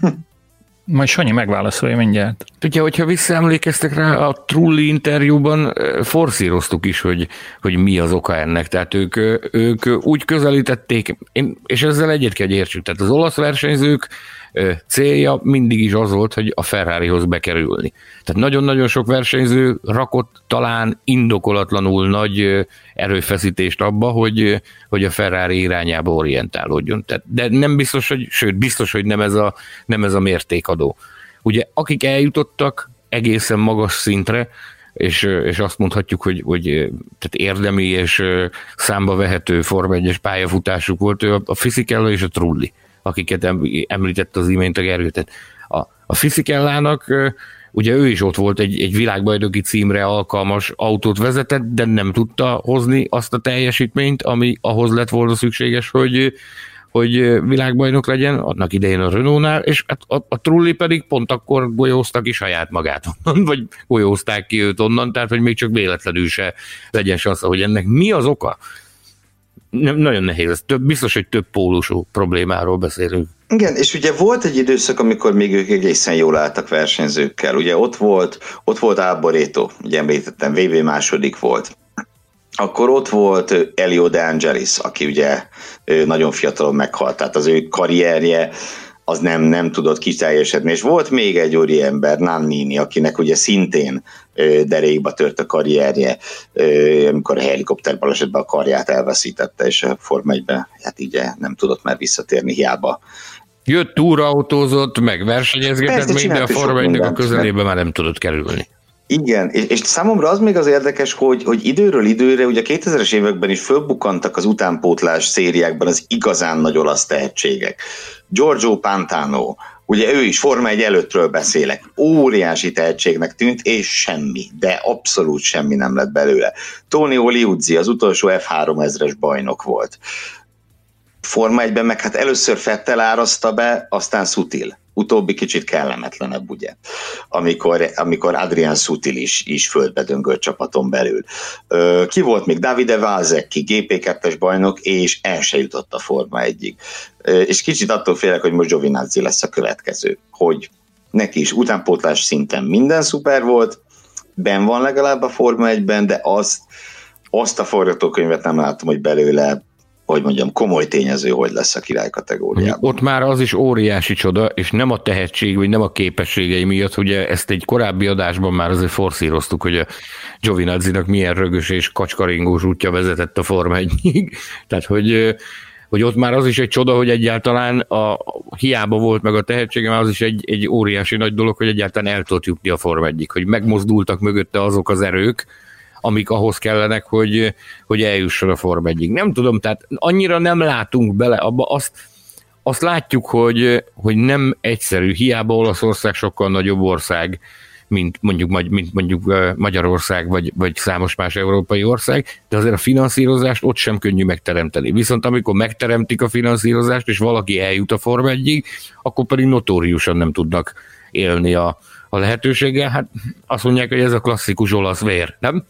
Majd Sanyi megválaszolja mindjárt. Ugye, hogyha visszaemlékeztek rá, a Trulli interjúban forszíroztuk is, hogy mi az oka ennek. Tehát ők úgy közelítették, és ezzel egyet kell értsük. Tehát az olasz versenyzők célja mindig is az volt, hogy a Ferrarihoz bekerülni. Tehát nagyon-nagyon sok versenyző rakott talán indokolatlanul nagy erőfeszítést abba, hogy a Ferrari irányába orientálódjon. De nem biztos, sőt biztos, hogy nem ez a mértékadó. Ugye akik eljutottak egészen magas szintre, és azt mondhatjuk, hogy tehát érdemi és számba vehető Forma 1-es pályafutásuk volt, a Fisichella és a Trulli, akiket említett az imént a Gergő. A Fisichellának ugye ő is ott volt, egy világbajnoki címre alkalmas autót vezetett, de nem tudta hozni azt a teljesítményt, ami ahhoz lett volna szükséges, hogy világbajnok legyen, annak idején a Renault-nál, és a Trulli pedig pont akkor golyózta ki saját magát onnan, vagy golyózták ki őt onnan, tehát hogy még csak véletlenül se legyen sansza, hogy ennek mi az oka? Nem, nagyon nehéz, biztos, hogy több pólusú problémáról beszélünk. Igen, és ugye volt egy időszak, amikor még ők egészen jól álltak versenyzőkkel. Ugye ott volt Alboreto, ugye említettem, VB második volt. Akkor ott volt Elio De Angelis, aki ugye nagyon fiatalon meghalt, tehát az ő karrierje az nem tudott kiteljesedni, és volt még egy úriember, Nannini, akinek ugye szintén derékba tört a karrierje, amikor a helikopter balesetben a karját elveszítette, és a Forma 1-ben hát így nem tudott már visszatérni, hiába. Jött, túrautózott, meg versenyezgetett, még de a Forma 1-nek a közelébe már nem tudott kerülni. Igen, és számomra az még az érdekes, hogy időről időre, ugye a 2000-es években is fölbukkantak az utánpótlás szériákban az igazán nagy olasz tehetségek. Giorgio Pantano, ugye ő is Forma 1 előttről beszélek, óriási tehetségnek tűnt, és semmi, de abszolút semmi nem lett belőle. Tonio Liuzzi az utolsó F3000-es bajnok volt. Forma 1-ben meg hát először Vettel árazta be, aztán Sutil. Utóbbi kicsit kellemetlenebb, ugye, amikor Adrian Sutil is földbe döngölt csapaton belül. Ki volt még? Davide Valsecchi, GP2-es bajnok, és el se jutott a Forma 1-ig. És kicsit attól félek, hogy most Giovinazzi lesz a következő, hogy neki is utánpótlás szinten minden szuper volt, benn van legalább a Forma 1-ben, de azt a forgatókönyvet nem látom, hogy belőle, hogy mondjam, komoly tényező, hogy lesz a király kategóriában. Ott már az is óriási csoda, és nem a tehetség, vagy nem a képességei miatt, ugye ezt egy korábbi adásban már azért forszíroztuk, hogy a Giovinazzinak milyen rögös és kacskaringós útja vezetett a Forma 1-ig. Tehát, hogy ott már az is egy csoda, hogy egyáltalán hiába volt meg a tehetsége, már az is egy óriási nagy dolog, hogy egyáltalán el tudott jutni a Forma 1-ig, hogy megmozdultak mögötte azok az erők, amik ahhoz kellenek, hogy eljusson a Forma 1-ig. Nem tudom, tehát annyira nem látunk bele abba, azt látjuk, hogy nem egyszerű, hiába Olaszország sokkal nagyobb ország, mint mondjuk Magyarország, vagy számos más európai ország, de azért a finanszírozást ott sem könnyű megteremteni. Viszont amikor megteremtik a finanszírozást, és valaki eljut a Forma 1-ig, akkor pedig notóriusan nem tudnak élni a lehetőséggel, hát azt mondják, hogy ez a klasszikus olasz vér, nem?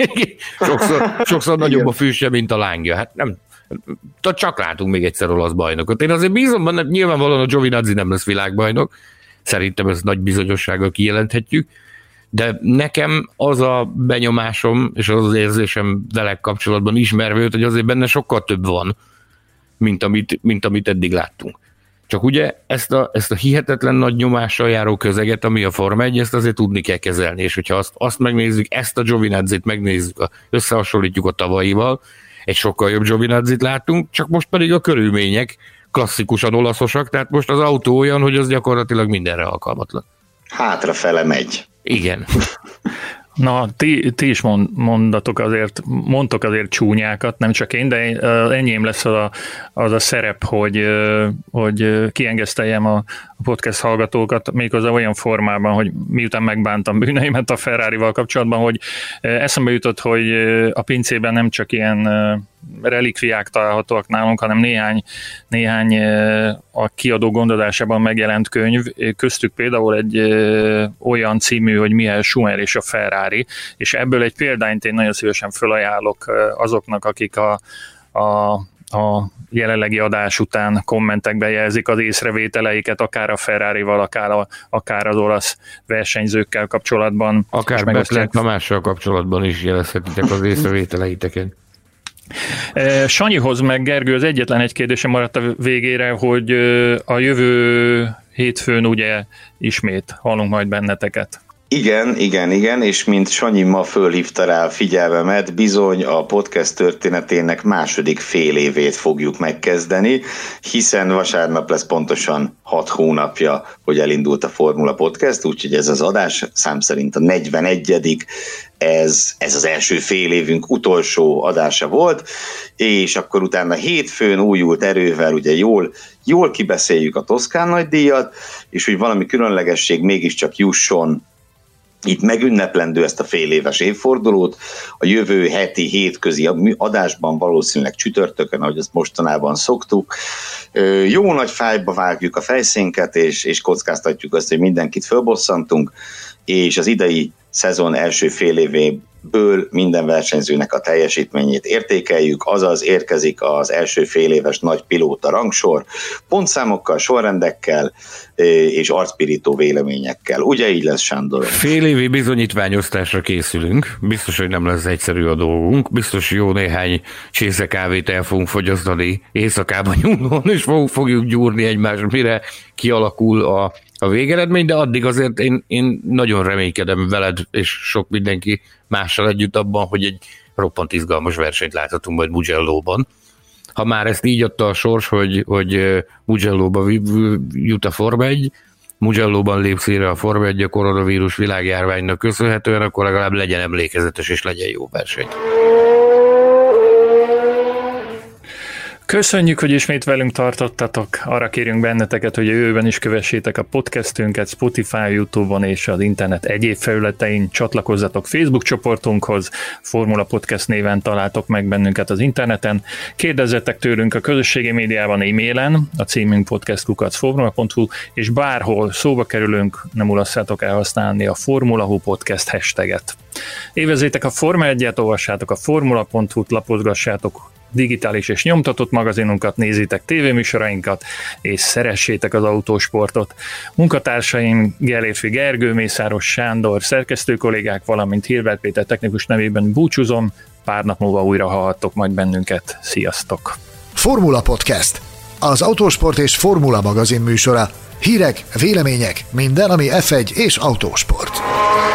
sokszor nagyobb a fűse, mint a lángja. Hát nem, csak látunk még egyszer olasz bajnokot. Én azért bízom benne, nyilvánvalóan a Giovinazzi nem lesz világbajnok, szerintem ezt nagy bizonyossággal kijelenthetjük, de nekem az a benyomásom, és az érzésem vele kapcsolatban ismerve őt, hogy azért benne sokkal több van, mint amit eddig láttunk. Csak ugye ezt a hihetetlen nagy nyomással járó közeget, ami a Forma 1, ezt azért tudni kell kezelni, és hogyha azt megnézzük, ezt a Giovinazzit megnézzük, összehasonlítjuk a tavalyival, egy sokkal jobb Giovinazzit látunk, csak most pedig a körülmények klasszikusan olaszosak, tehát most az autó olyan, hogy az gyakorlatilag mindenre alkalmatlan. Hátrafele megy. Igen. Na, ti is mondtok azért csúnyákat, nem csak én, de enyém lesz az a szerep, hogy kiengeszteljem a podcast hallgatókat, méghozzá olyan formában, hogy miután megbántam bűneimet a Ferrarival kapcsolatban, hogy eszembe jutott, hogy a pincében nem csak ilyen relikviák találhatóak nálunk, hanem néhány a kiadó gondozásában megjelent könyv, köztük például egy olyan című, hogy Michael Schumacher és a Ferrari, és ebből egy példányt én nagyon szívesen felajánlok azoknak, akik a jelenlegi adás után kommentekben jelzik az észrevételeiket, akár a Ferrarival, akár az olasz versenyzőkkel kapcsolatban. Akár Betlen Tamással kapcsolatban is jelezhetitek az észrevételeiteket. Sanyihoz meg Gergő, az egyetlen egy kérdésem maradt a végére, hogy a jövő hétfőn ugye ismét hallunk majd benneteket. Igen, és mint Sanyi ma fölhívta rá a figyelmemet, bizony a podcast történetének második fél évét fogjuk megkezdeni, hiszen vasárnap lesz pontosan 6 hónapja, hogy elindult a Formula Podcast, úgyhogy ez az adás szám szerint a 41. Ez az első fél évünk utolsó adása volt, és akkor utána hétfőn újult erővel ugye jól kibeszéljük a Toszkán nagydíjat, és hogy valami különlegesség mégiscsak jusson itt megünneplendő ezt a fél éves évfordulót, a jövő heti hétközi adásban valószínűleg csütörtökön, ahogy ezt mostanában szoktuk. Jó nagy fájba vágjuk a fejszénket, és kockáztatjuk azt, hogy mindenkit fölbosszantunk, és az idei szezon első fél évéből minden versenyzőnek a teljesítményét értékeljük, azaz érkezik az első fél éves nagy pilóta rangsor, pontszámokkal, sorrendekkel és arcpirító véleményekkel. Ugye így lesz, Sándor? Fél évi bizonyítványosztásra készülünk, biztos, hogy nem lesz egyszerű a dolgunk, biztos jó néhány csésze kávét el fogunk fogyasztani éjszakában nyúlóan, és fogjuk gyúrni egymást, mire kialakul a végeredmény, de addig azért én nagyon reménykedem veled és sok mindenki mással együtt abban, hogy egy roppant izgalmas versenyt láthatunk majd Mugello-ban. Ha már ezt így adta a sors, hogy Mugello-ba jut a Forma 1, Mugello-ban lép színre a Forma 1 a koronavírus világjárványnak köszönhetően, akkor legalább legyen emlékezetes és legyen jó verseny. Köszönjük, hogy ismét velünk tartottatok. Arra kérünk benneteket, hogy a jövőben is kövessétek a podcastünket Spotify, YouTube-on és az internet egyéb felületein. Csatlakozzatok Facebook csoportunkhoz, Formula Podcast néven találtok meg bennünket az interneten. Kérdezzetek tőlünk a közösségi médiában, e-mailen, a címünk podcast@formula.hu, és bárhol szóba kerülünk, nem ulasszátok el használni a Formula.hu podcast hashtaget. Évezzétek a Forma 1-et, olvassátok a formula.hu-t, lapozgassátok digitális és nyomtatott magazinunkat, nézzétek tévéműsorainkat, és szeressétek az autósportot. Munkatársaim Gellérfi Gergő, Mészáros Sándor, szerkesztő kollégák, valamint Hilbert Péter technikus nevében búcsúzom, pár nap múlva újra hallhattok majd bennünket. Sziasztok! Formula Podcast, az autósport és formula magazin műsora. Hírek, vélemények, minden, ami F1 és autósport.